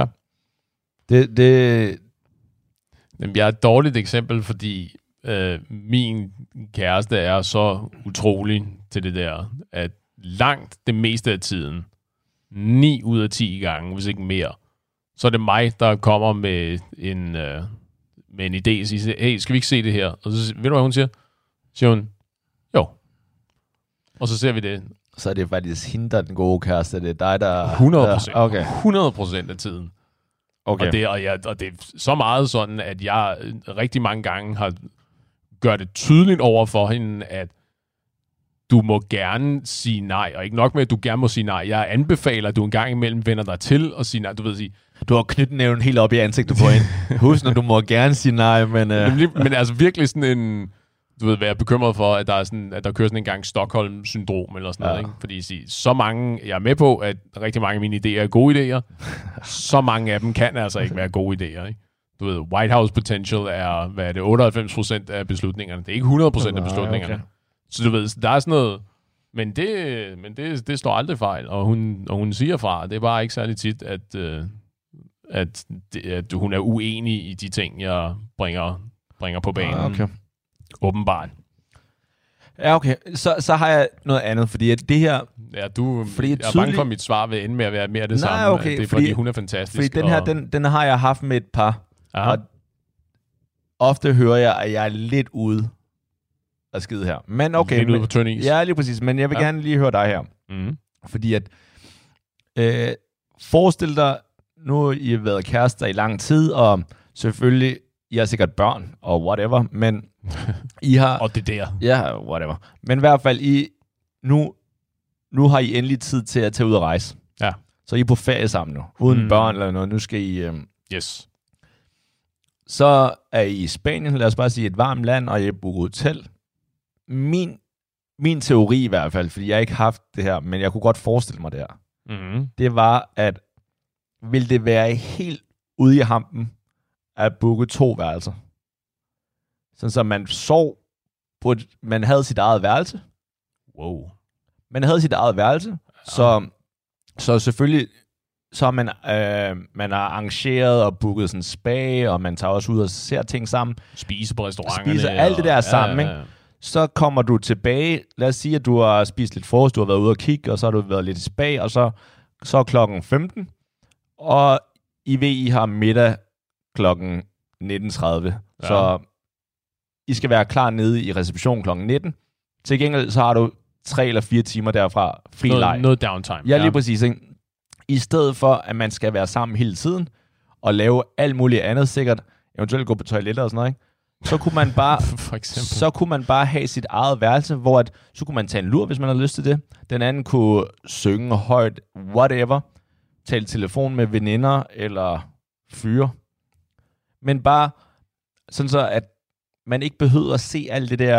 Jamen, jeg er et dårligt eksempel, fordi min kæreste er så utrolig til det der, at langt det meste af tiden, 9 ud af 10 gange, hvis ikke mere, så er det mig, der kommer med en idé og siger, hey, skal vi ikke se det her? Og så ved du, hvad hun siger? Siger hun, jo. Og så ser vi det. Så er det faktisk hende, der er den gode kæreste. Det er dig, der... 100%. Okay. 100% af tiden. Okay. Og det er så meget sådan, at jeg rigtig mange gange har gjort det tydeligt over for hende, at du må gerne sige nej, og ikke nok med, at du gerne må sige nej. Jeg anbefaler, at du en gang imellem vender dig til og sige nej. Du ved sige, du har knytnæven helt op i ansigtet på hende. Husk, når du må gerne sige nej, men... Men altså virkelig sådan en... Du ved, hvad jeg er bekymret for, at der kører sådan en gang Stockholm-syndrom eller sådan noget, ikke? Fordi så mange... Jeg er med på, at rigtig mange af mine idéer er gode idéer. Så mange af dem kan altså ikke være gode idéer, ikke? Du ved, White House Potential er, hvad er det, 98% af beslutningerne. Det er ikke 100% af beslutningerne. Okay. Så du ved, der er sådan noget... Men det står aldrig fejl, og hun siger fra. Det er bare ikke særlig tit, at hun er uenig i de ting, jeg bringer på banen. Okay. Åbenbart. Ja, okay. Så har jeg noget andet, fordi at det her... Ja, jeg er bange for, at mit svar vil ende med at være mere det samme. Okay, det er fordi hun er fantastisk. Fordi den her, den har jeg haft med et par. Aha. Og ofte hører jeg, at jeg er lidt ude af skide her. Men okay. Lidt ude på tynd is. Ja, lige præcis. Men jeg vil gerne lige høre dig her. Mm. Fordi at... forestil dig, nu I har været kærester i lang tid, og selvfølgelig... I har sikkert børn, og whatever, men I har... og det der. Ja, whatever. Men i hvert fald, I nu nu har I endelig tid til at tage ud og rejse. Ja. Så I er på ferie sammen nu, uden børn eller noget. Nu skal I... Yes. Så er I i Spanien, lad os bare sige et varmt land, og I er booket hotel. Min teori i hvert fald, fordi jeg ikke har haft det her, men jeg kunne godt forestille mig det her. Mm-hmm. Det var, at vil det være helt ude i hampen at booke 2 værelser? Sådan så man sov på man havde sit eget værelse. Wow. Man havde sit eget værelse, så selvfølgelig så har man har arrangeret og booket sådan spa, og man tager også ud og ser ting sammen. Spise på restauranterne. Spiser alt det der sammen, ikke? Så kommer du tilbage. Lad os sige, at du har spist lidt frokost, du har været ude og kigge, og så har du været lidt i spa, og så er klokken 15, og I har middag klokken 19.30. Ja. Så I skal være klar nede i receptionen klokken 19. Til gengæld så har du 3 eller 4 timer derfra fri leg. Noget downtime. Ja, lige præcis. Ikke? I stedet for, at man skal være sammen hele tiden, og lave alt muligt andet sikkert, eventuelt gå på toiletter og sådan noget, ikke? Så kunne man bare, så kunne man bare have sit eget værelse, hvor så kunne man tage en lur, hvis man har lyst til det. Den anden kunne synge højt, whatever. Tale telefon med veninder eller fyre. Men bare sådan så, at man ikke behøver at se alt det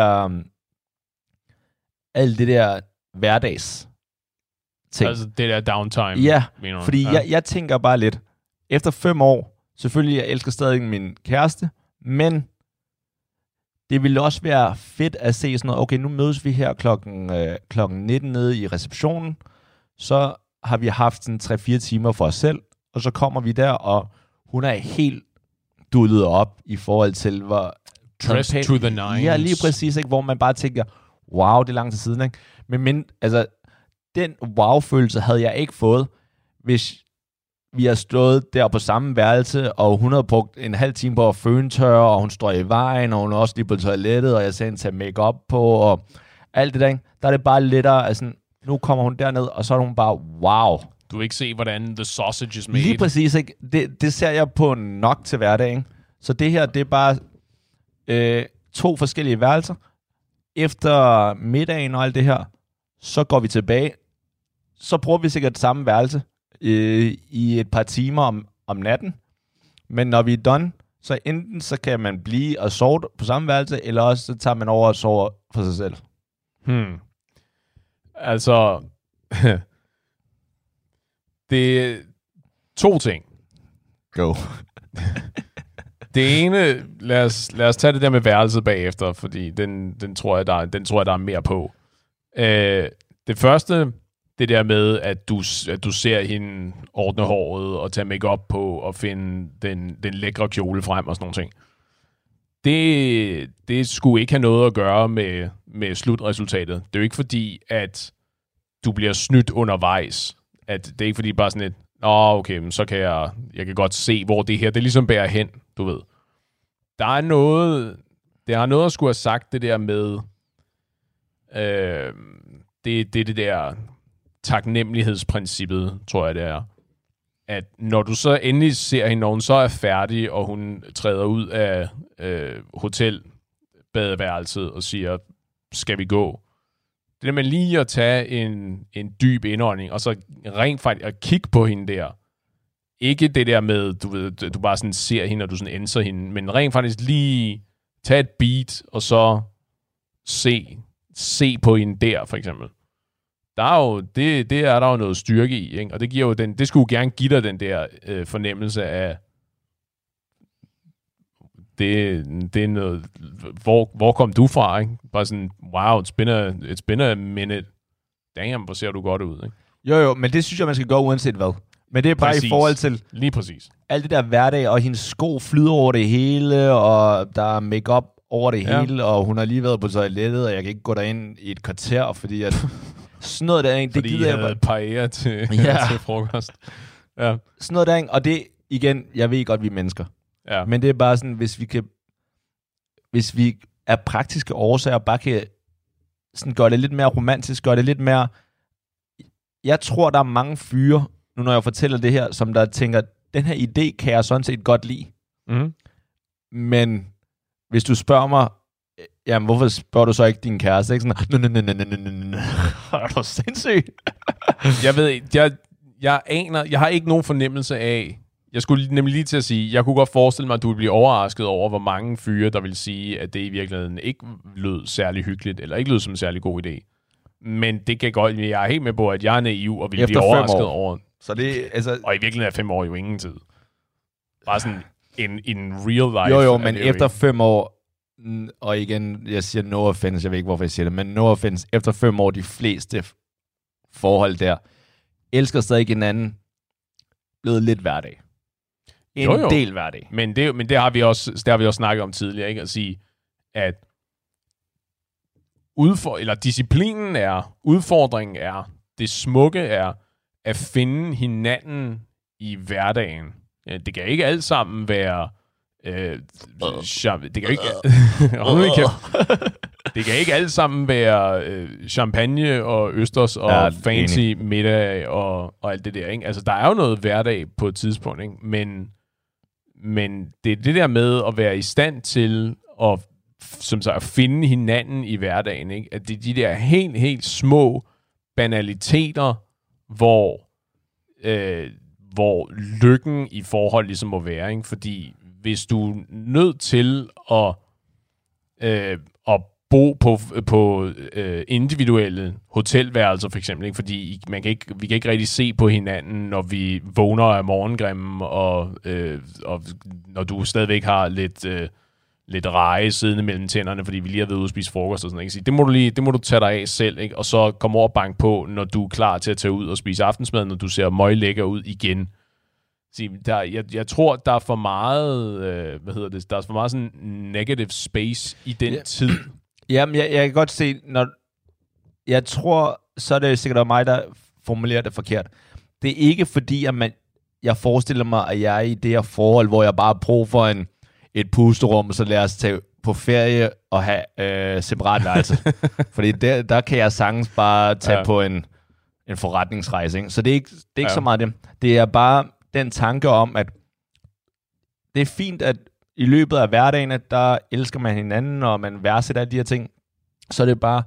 der hverdags ting. Altså det der downtime. Ja, fordi jeg tænker bare lidt, efter 5 år, selvfølgelig, jeg elsker stadig min kæreste, men det ville også være fedt at se sådan noget, okay, nu mødes vi her klokken 19 nede i receptionen, så har vi haft sådan 3-4 timer for os selv, og så kommer vi der, og hun er helt dullet op i forhold til, hvor... Dressed to the nines. Ja, lige præcis, ikke? Hvor man bare tænker, wow, det er lang tid siden, ikke? Men altså, den wow-følelse havde jeg ikke fået, hvis vi har stået der på samme værelse, og hun havde brugt en halv time på at føntørre, og hun står i vejen, og hun er også lige på toilettet, og jeg sagde hende tage make-up på, og alt det der, ikke? Der er det bare lettere, altså, nu kommer hun derned, og så er hun bare, wow. Du vil ikke se, hvordan the sausage is made. Lige præcis, ikke? Det ser jeg på nok til hverdag, ikke? Så det her, det er bare 2 forskellige værelser. Efter middagen og alt det her, så går vi tilbage. Så bruger vi sikkert samme værelse i et par timer om natten. Men når vi er done, så enten så kan man blive og sove på samme værelse, eller også så tager man over og sover for sig selv. Altså, det er 2 ting. Go. Det ene, lad os tage det der med værelset bagefter, fordi den tror jeg, der er mere på. Det første, det der med, at du ser hende ordne håret og tage make-up på og finde den lækre kjole frem og sådan nogle ting. Det skulle ikke have noget at gøre med slutresultatet. Det er jo ikke fordi, at du bliver snydt undervejs. At det er ikke fordi bare sådan et, okay, men så kan jeg kan godt se, hvor det her, det ligesom bærer hen, du ved. Det har noget at skulle have sagt, det der med, det der taknemmelighedsprincippet, tror jeg det er. At når du så endelig ser hende, når hun så er færdig, og hun træder ud af hotelbadeværelset og siger, skal vi gå? Det der med lige at tage en dyb indånding, og så rent faktisk at kigge på hende der. Ikke det der med, du bare sådan ser hende, og du sådan enser hende, men rent faktisk lige tage et beat, og så se på hende der, for eksempel. Der er jo, det er der jo noget styrke i, ikke? Og det giver jo det skulle gerne give dig den der fornemmelse af, det er noget, hvor kom du fra, ikke? Bare sådan, wow, it's been a minute. Damn, hvor ser du godt ud, ikke? Jo, men det synes jeg, man skal gøre uanset hvad. Men det er bare præcis. I forhold til... Lige præcis. Alt det der hverdag, og hendes sko flyder over det hele, og der er make-up over det hele, og hun har lige været på toilettet, og jeg kan ikke gå derind i et kvarter, fordi at... sådan noget der, det fordi gider jeg havde paella til frokost. Ja. Sådan noget der, og det, igen, jeg ved godt, vi er mennesker. Ja. Men det er bare sådan, hvis vi af praktiske årsager bare kan sådan gøre det lidt mere romantisk, gøre det lidt mere... Jeg tror, der er mange fyre, nu når jeg fortæller det her, som der tænker, den her idé kan jeg sådan set godt lide. Mm. Men hvis du spørger mig jamen, hvorfor spørger du så ikke din kæreste? Ikke sådan, er du sindssyg? Jeg ved ikke, jeg har ikke nogen fornemmelse af, jeg skulle nemlig lige til at sige, jeg kunne godt forestille mig, at du ville blive overrasket over, hvor mange fyre, der vil sige, at det i virkeligheden ikke lød særlig hyggeligt, eller ikke lød som en særlig god idé. Men det kan godt, jeg er helt med på, at jeg er naiv, og vil blive overrasket over. Så det, altså... Og i virkeligheden er 5 år jo ingen tid. Bare sådan en real life. Jo, men efter 5 år, og igen, jeg siger no offense, jeg ved ikke, hvorfor jeg siger det, men no offense, efter 5 år, de fleste forhold der, elsker stadig hinanden, blevet lidt hverdag. En del hverdag. Men det har vi også snakket om tidligere, ikke? At sige, at disciplinen er, udfordringen er, det smukke er, at finde hinanden i hverdagen. Det kan ikke alt sammen være det kan ikke alt sammen være champagne og østers og fancy middag og alt det der, ikke? Altså, der er jo noget hverdag på et tidspunkt, ikke? Men det er det der med at være i stand til at finde hinanden i hverdagen, ikke? At det er de der helt, helt små banaliteter, hvor lykken i forhold ligesom må være, ikke? Fordi hvis du er nødt til at bo på individuelle hotelværelser for eksempel, ikke? Fordi vi kan ikke rigtig se på hinanden, når vi vågner af morgengrimme, og når du stadigvæk har lidt reje siddende mellem tænderne, fordi vi lige har været ude og spise frokost og sådan noget. Det må du tage dig af selv, ikke? Og så komme over og banke på, når du er klar til at tage ud og spise aftensmad, når du ser møglækker ud igen. Jeg tror, der er for meget, der er for meget sådan negative space i den tid. Jamen, jeg kan godt se, jeg tror, så er det sikkert mig, der formulerer det forkert. Det er ikke fordi, at jeg forestiller mig, at jeg er i det her forhold, hvor jeg bare har brug for et pusterum, så lad os tage på ferie og have separat værelse. Fordi der kan jeg sagtens bare tage på en forretningsrejse. Ikke? Så det er ikke så meget det. Det er bare den tanke om, at det er fint, at i løbet af hverdagen, der elsker man hinanden, og man værdsætter alle de her ting. Så det er bare,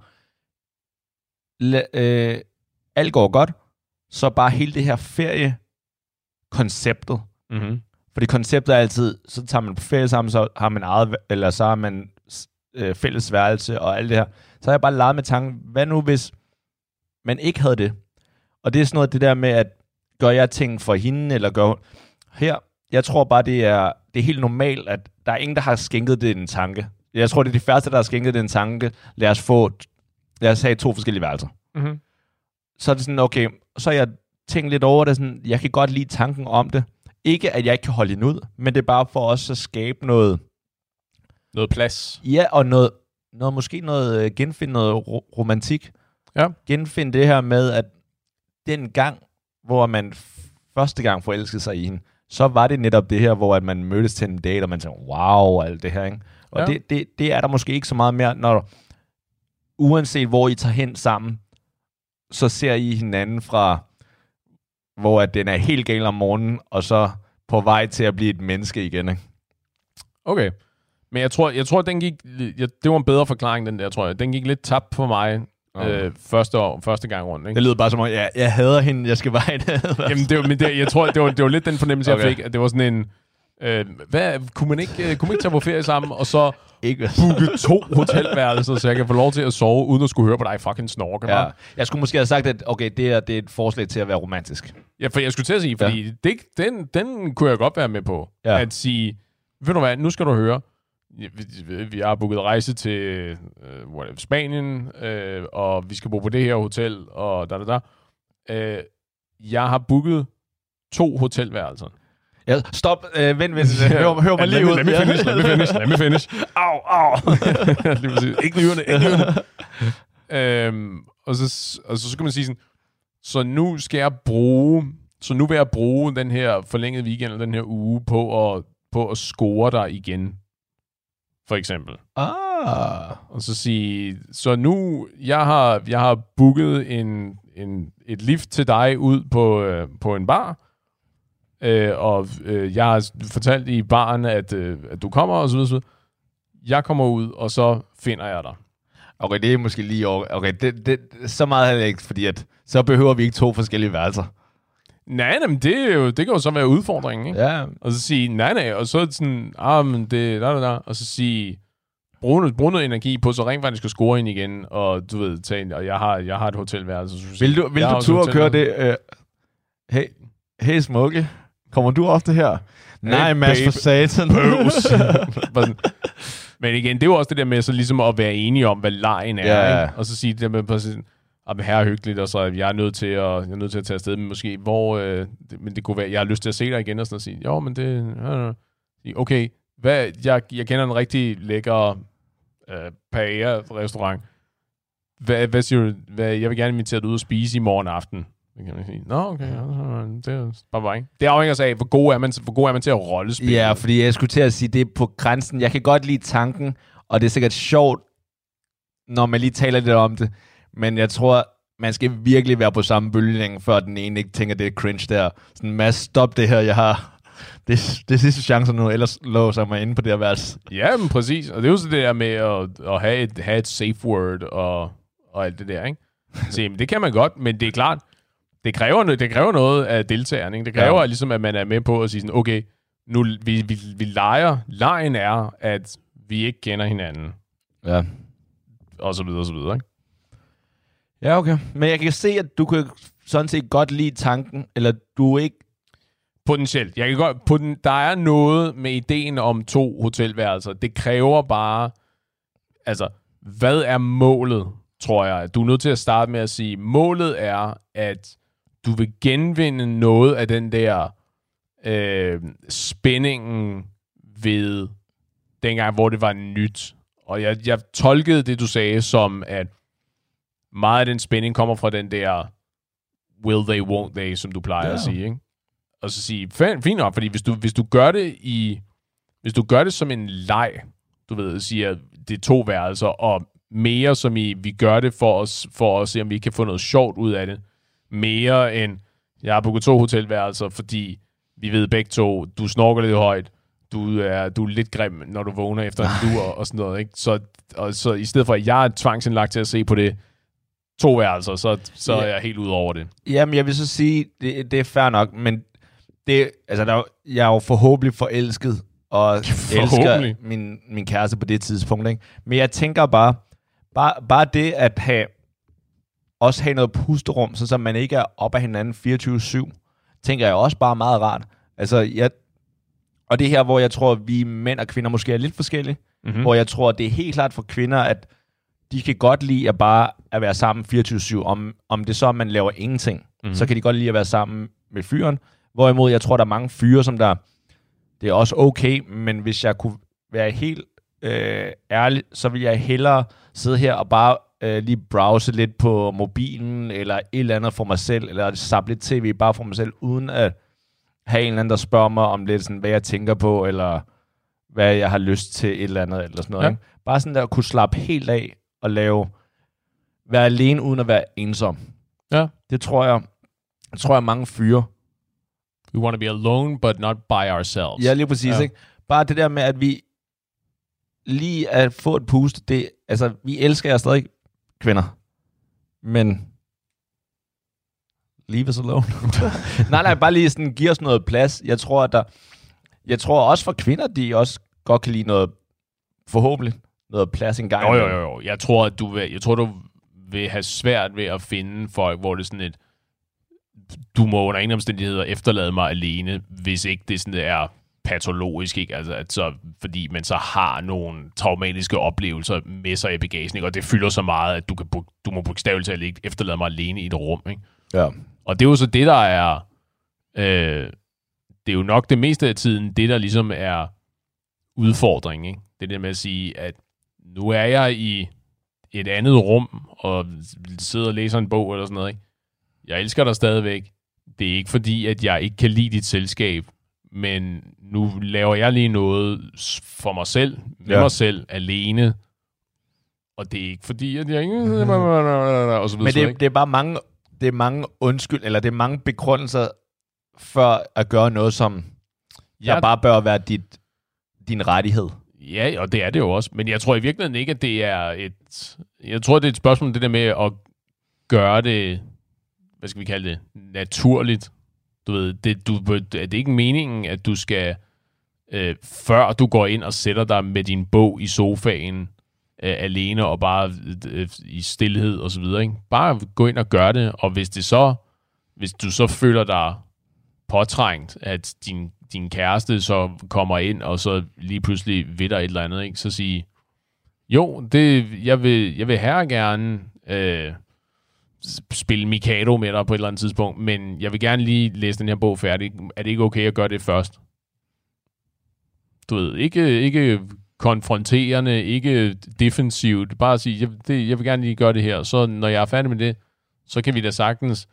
alt går godt, så bare hele det her feriekonceptet. Mm-hmm. Fordi konceptet er altid, så tager man på ferie sammen, så har man så har man fælles værelse og alt det her. Så har jeg bare leget med tanken, hvad nu hvis man ikke havde det? Og det er sådan noget det der med, at gør jeg ting for hende, eller gør her? Jeg tror bare, det er helt normalt, at der er ingen, der har skænket det en tanke. Jeg tror, det er de første, der har skænket det en tanke. Lad os have 2 forskellige værelser. Mm-hmm. Så er det sådan, okay, så har jeg tænkt lidt over det, sådan, jeg kan godt lide tanken om det. Ikke, at jeg ikke kan holde hende ud, men det er bare for os at skabe noget plads. Ja, og genfinde noget romantik. Ja. Genfinde det her med, at den gang, hvor man første gang forelskede sig i hende, så var det netop det her, hvor at man mødtes til en date, og man tænkte, wow, alt det her, ikke? Og det er der måske ikke så meget mere, når uanset hvor I tager hen sammen, så ser I hinanden fra, hvor at den er helt gal om morgenen, og så på vej til at blive et menneske igen, ikke? Okay. Men jeg tror den gik, det var en bedre forklaring, den der, tror jeg. Den gik lidt tabt for mig første gang rundt, ikke? Det lyder bare som om, jeg hader hende, jeg skal bare Jamen, jeg tror, det var lidt den fornemmelse, jeg fik, at det var sådan en, kunne man ikke tage på ferie sammen, og så booke 2 hotelværelser, så jeg kan få lov til at sove, uden at skulle høre på dig fucking snorke. Ja. Jeg skulle måske have sagt, at okay, det er et forslag til at være romantisk. Ja, for jeg skulle til at sige, fordi den kunne jeg godt være med på. Ja. At sige, ved du hvad, nu skal du høre, vi har booket rejse til Spanien, og vi skal bo på det her hotel, og jeg har booket 2 hotelværelser. Ja, stop, vent, hør mig lige ud. Let me finish. Au. Lige præcis. Ikke nyerne. Og så kan man sige sådan, så nu vil jeg bruge den her forlængede weekend, eller den her uge, på at score dig igen. For eksempel. Og så sige, så nu, jeg har booket et lift til dig ud på en bar, og jeg har fortalt i baren, at du kommer, og så videre. jeg kommer ud, og så finder jeg dig. Okay, det er måske lige over. Okay, det så meget heller ikke, fordi at så behøver vi ikke 2 forskellige værelser. Nej, men det kan jo så være udfordringen, ikke? Ja. Og så sige, nej, og så sådan, men det, der, og så sige, brug noget energi på, så rent faktisk skal score ind igen, og du ved, tage, og jeg har et hotelværelse. Vil du turde køre det? Hey smukke, kommer du ofte her? Nej, Mads, for satan. Men igen, det er jo også det der med så ligesom at være enige om, hvad lejen er, ikke? Og så sige det med på sådan, her er hyggeligt, og så jeg er nødt til at tage afsted, men måske, men det kunne være, jeg har lyst til at se dig igen, og sådan at sige, jo, men det, okay, jeg kender en rigtig lækker paella-restaurant. Hvad siger du? Jeg vil gerne invitere dig ud og spise i morgen aften. Det kan man sige. Nå, okay, det er bare ikke. Det afhænger sig af, hvor god er man til at rollespille. Ja, fordi jeg skulle til at sige, det er på grænsen. Jeg kan godt lide tanken, og det er sikkert sjovt, når man lige taler lidt om det. Men jeg tror, man skal virkelig være på samme bølgelængde, før den ene ikke tænker, det er cringe der. Sådan, Mads, stop det her, jeg har... Det er sidste chance nu, ellers låser mig inde på det her vers. Ja, men præcis. Og det er jo så det der med at have et safe word og alt det der, ikke? Så jamen, det kan man godt, men det er klart, det kræver noget af deltagerne, ikke? Det kræver ligesom, at man er med på at sige sådan, okay, nu vi leger. Lejen er, at vi ikke kender hinanden. Ja. Og så videre, ikke? Ja, okay. Men jeg kan se, at du kan sådan set godt lide tanken, eller du ikke... Potentielt. Jeg kan godt, der er noget med ideen om 2 hotelværelser. Det kræver bare... Altså, hvad er målet, tror jeg? Du er nødt til at starte med at sige, målet er, at du vil genvinde noget af den der spændingen ved dengang, hvor det var nyt. Og jeg tolkede det, du sagde, som at meget af den spænding kommer fra den der will they, won't they, som du plejer at sige, ikke? Og så sige, fint nok, fordi hvis du gør det som en leg, du ved, siger, det er 2 værelser, og mere som vi gør det for at se, om vi kan få noget sjovt ud af det, mere end, jeg har booket 2 hotelværelser, fordi vi ved begge 2, du snorker lidt højt, du er lidt grim, når du vågner efter en lur og sådan noget, ikke? Så i stedet for, at jeg er tvangsindlagt til at se på det, 2 værelser, så er jeg helt ud over det. Jamen, jeg vil så sige, det er fair nok, men det, altså, jeg er jo forhåbentlig forelsket, og elsker min kæreste på det tidspunkt, ikke? Men jeg tænker bare det at have noget pusterum, så man ikke er op af hinanden 24/7, tænker jeg også bare meget rart. Altså, og det her, hvor jeg tror, vi mænd og kvinder måske er lidt forskellige, hvor jeg tror, det er helt klart for kvinder, at de kan godt lide at være sammen 24/7, om det så, at man laver ingenting, så kan de godt lide at være sammen med fyren. Hvorimod jeg tror, der er mange fyre, som det er også okay, men hvis jeg kunne være helt ærlig, så vil jeg hellere sidde her og bare lige browse lidt på mobilen, eller et eller andet for mig selv, eller zappe lidt tv bare for mig selv, uden at have en eller anden, der spørger mig om lidt sådan, hvad jeg tænker på, eller hvad jeg har lyst til, et eller andet, eller sådan noget. Ja. Ikke? Bare sådan der at kunne slappe helt af, og være alene, uden at være ensom. Ja. Det tror jeg mange fyre. We want to be alone, but not by ourselves. Ja, lige præcis. Ikke? Bare det der med, at vi lige at få et puste, vi elsker jer stadig, kvinder. Men leave us alone. nej, bare lige sådan, give os noget plads. Jeg tror også for kvinder, de også godt kan lide noget, forhåbentlig, noget plads engang. Jo. Jeg tror, du vil have svært ved at finde folk, hvor det er sådan et, du må under ingen omstændigheder efterlade mig alene, hvis ikke det sådan er patologisk, ikke? Altså, fordi man så har nogle traumatiske oplevelser med sig i bagagen, ikke? Og det fylder så meget, at du må bogstaveligt talt ikke efterlade mig alene i et rum, ikke? Ja. Og det er jo så det, der er... det er jo nok det meste af tiden, det der ligesom er udfordring, ikke? Det der med at sige, at nu er jeg i et andet rum, og sidder og læser en bog eller sådan noget, ikke? Jeg elsker dig stadigvæk. Det er ikke fordi, at jeg ikke kan lide dit selskab, men nu laver jeg lige noget for mig selv, med mig selv, alene. Og det er ikke fordi, at jeg ikke... Og så videre, men det er bare mange undskyld, eller det er mange begrundelser for at gøre noget, som der bare bør være din rettighed. Ja, og det er det jo også. Men jeg tror i virkeligheden ikke, at det er et... Jeg tror, det er et spørgsmål, det der med at gøre det, hvad skal vi kalde det, naturligt. Du ved, det er ikke meningen, at du skal, før du går ind og sætter dig med din bog i sofaen, alene og bare i stilhed og så videre, ikke? Bare gå ind og gør det, og hvis du så føler dig påtrængt, at din kæreste så kommer ind, og så lige pludselig ved dig et eller andet, ikke? Så sige, jo, jeg vil her gerne spille Mikado med dig på et eller andet tidspunkt, men jeg vil gerne lige læse den her bog færdig. Er det ikke okay at gøre det først? Du ved, ikke konfronterende, ikke defensivt, bare at sige, jeg vil gerne lige gøre det her, så når jeg er færdig med det, så kan vi da sagtens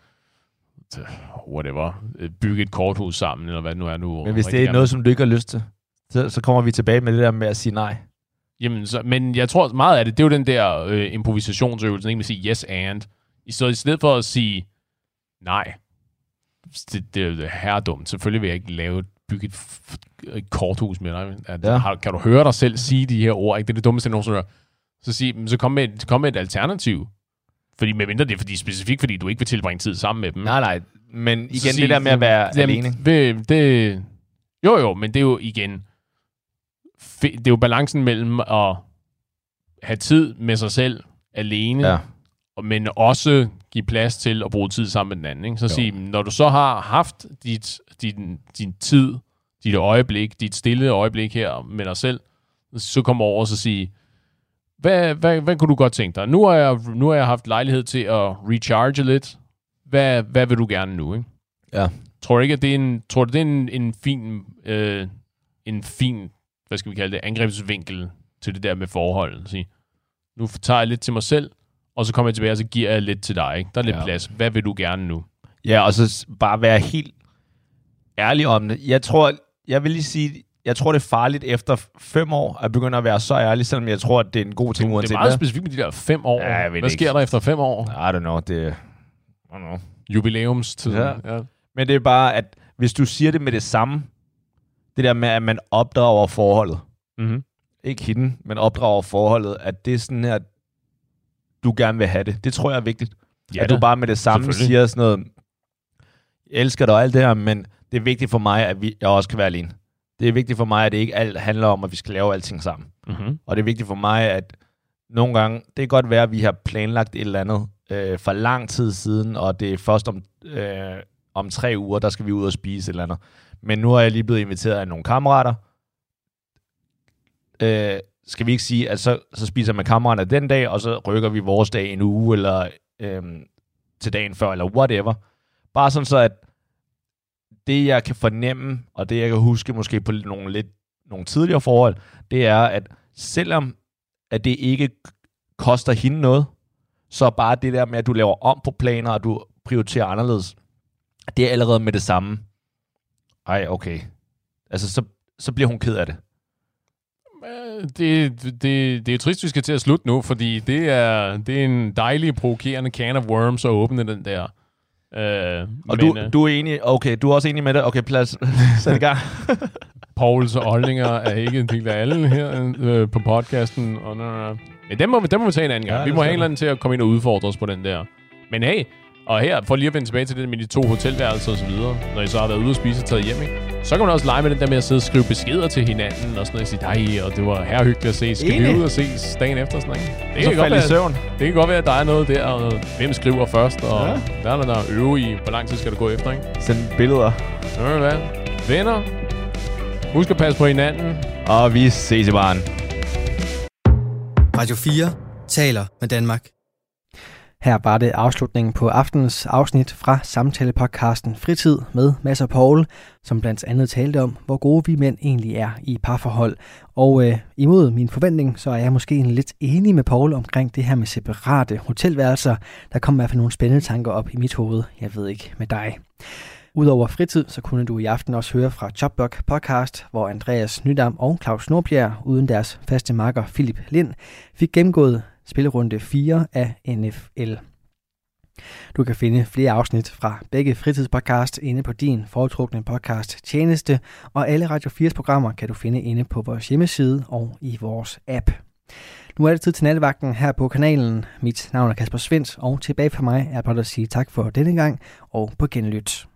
bygge et korthus sammen, eller hvad det nu er nu. Men hvis det er noget, som du ikke har lyst til, så kommer vi tilbage med det der med at sige nej. Jamen, men jeg tror meget af det er jo den der improvisationsøvelse, ikke med at sige yes and. I stedet for at sige nej, det er herredumt. Selvfølgelig vil jeg ikke bygge et korthus med dig. Kan du høre dig selv sige de her ord? Ikke? Det er det dummeste, jeg nogensinde hører. Så kom med et alternativ. Fordi medmindre det er specifikt, fordi du ikke vil tilbringe tid sammen med dem. Nej. Men igen, det der med at være alene. Jo, men det er jo igen... Det er jo balancen mellem at have tid med sig selv alene, men også give plads til at bruge tid sammen med den anden. Ikke? Så sige, når du så har haft din tid, dit øjeblik, dit stille øjeblik her med dig selv, så kom over og så sige, hvad kunne du godt tænke dig? Nu har jeg haft lejlighed til at recharge lidt. Hvad vil du gerne nu? Ikke? Ja. Tror du ikke, at det er en fin hvad skal vi kalde det, angrebsvinkel til det der med forholdet. Sige, nu tager jeg lidt til mig selv, og så kommer jeg tilbage, og så giver jeg lidt til dig. Ikke? Der er lidt plads. Hvad vil du gerne nu? Ja, og så bare være helt ærlig om det. Jeg tror det er farligt efter 5 år at begynde at være så ærlig, selvom jeg tror, at det er en god ting. Det er meget specifikt med de der 5 år. Ja, hvad sker der efter 5 år? I don't know. I don't know. Jubilæumstid. Ja. Men det er bare, at hvis du siger det med det samme, det der med, at man opdrager forholdet. Mm-hmm. Ikke hende, men opdrager forholdet, at det er sådan her, du gerne vil have det. Det tror jeg er vigtigt. Ja, at du bare med det samme siger sådan noget, jeg elsker dig og alt det her, men det er vigtigt for mig, at jeg også kan være alene. Det er vigtigt for mig, at det ikke alt handler om, at vi skal lave alting sammen. Mm-hmm. Og det er vigtigt for mig, at nogle gange, det kan godt være, at vi har planlagt et eller andet for lang tid siden, og det er først om 3 uger, der skal vi ud og spise et eller andet. Men nu er jeg lige blevet inviteret af nogle kammerater. Skal vi ikke sige, at så spiser man kammeraterne den dag, og så rykker vi vores dag en uge, eller til dagen før, eller whatever. Bare sådan så, at det, jeg kan fornemme, og det, jeg kan huske måske på nogle tidligere forhold, det er, at selvom at det ikke koster hende noget, så bare det der med, at du laver om på planer, og du prioriterer anderledes, det er allerede med det samme. Ej, okay. Altså, så bliver hun ked af det. Det er trist, vi skal til at slutte nu, fordi det er en dejlig, provokerende can of worms at åbne den der. Og du er enig? Okay, du er også enig med det? Okay, plads. Sæt i gang. Pauls holdninger er ikke en del af alle her på podcasten. Men dem må vi tage en anden gang. Vi må have en eller anden til at komme ind og udfordre os på den der. Men hey, og her, for lige at vende tilbage til det med de 2 hotelværelser og så videre, når I så har været ude og spise og taget hjem, ikke? Så kan man også lege med den der med at sidde og skrive beskeder til hinanden, og sådan noget, og sige, nej, og det var herrehyggeligt at ses. Skal vi ud og ses dagen efter? Sådan noget. Det kan godt være, at der er noget der, og hvem skriver først, og der er der øve i, hvor lang tid skal det gå efter, ikke? Send billeder. Hvad? Venner, husk at passe på hinanden. Og vi ses i baren. Radio 4 taler med Danmark. Her var det afslutningen på aftenens afsnit fra samtalepodcasten Fritid med Mads og Paul, som blandt andet talte om, hvor gode vi mænd egentlig er i parforhold. Og imod min forventning, så er jeg måske lidt enig med Paul omkring det her med separate hotelværelser. Der kom i hvert fald nogle spændende tanker op i mit hoved. Jeg ved ikke med dig. Udover Fritid, så kunne du i aften også høre fra Chopblock podcast, hvor Andreas Nydam og Claus Nordbjerg, uden deres faste makker Philip Lind, fik gennemgået spillerunde 4 af NFL. Du kan finde flere afsnit fra begge fritidspodcast inde på din foretrukne podcast tjeneste, og alle Radio 4's programmer kan du finde inde på vores hjemmeside og i vores app. Nu er det tid til nattevagten her på kanalen. Mit navn er Kasper Svendt, og tilbage for mig er blot at sige tak for denne gang og på genlyt.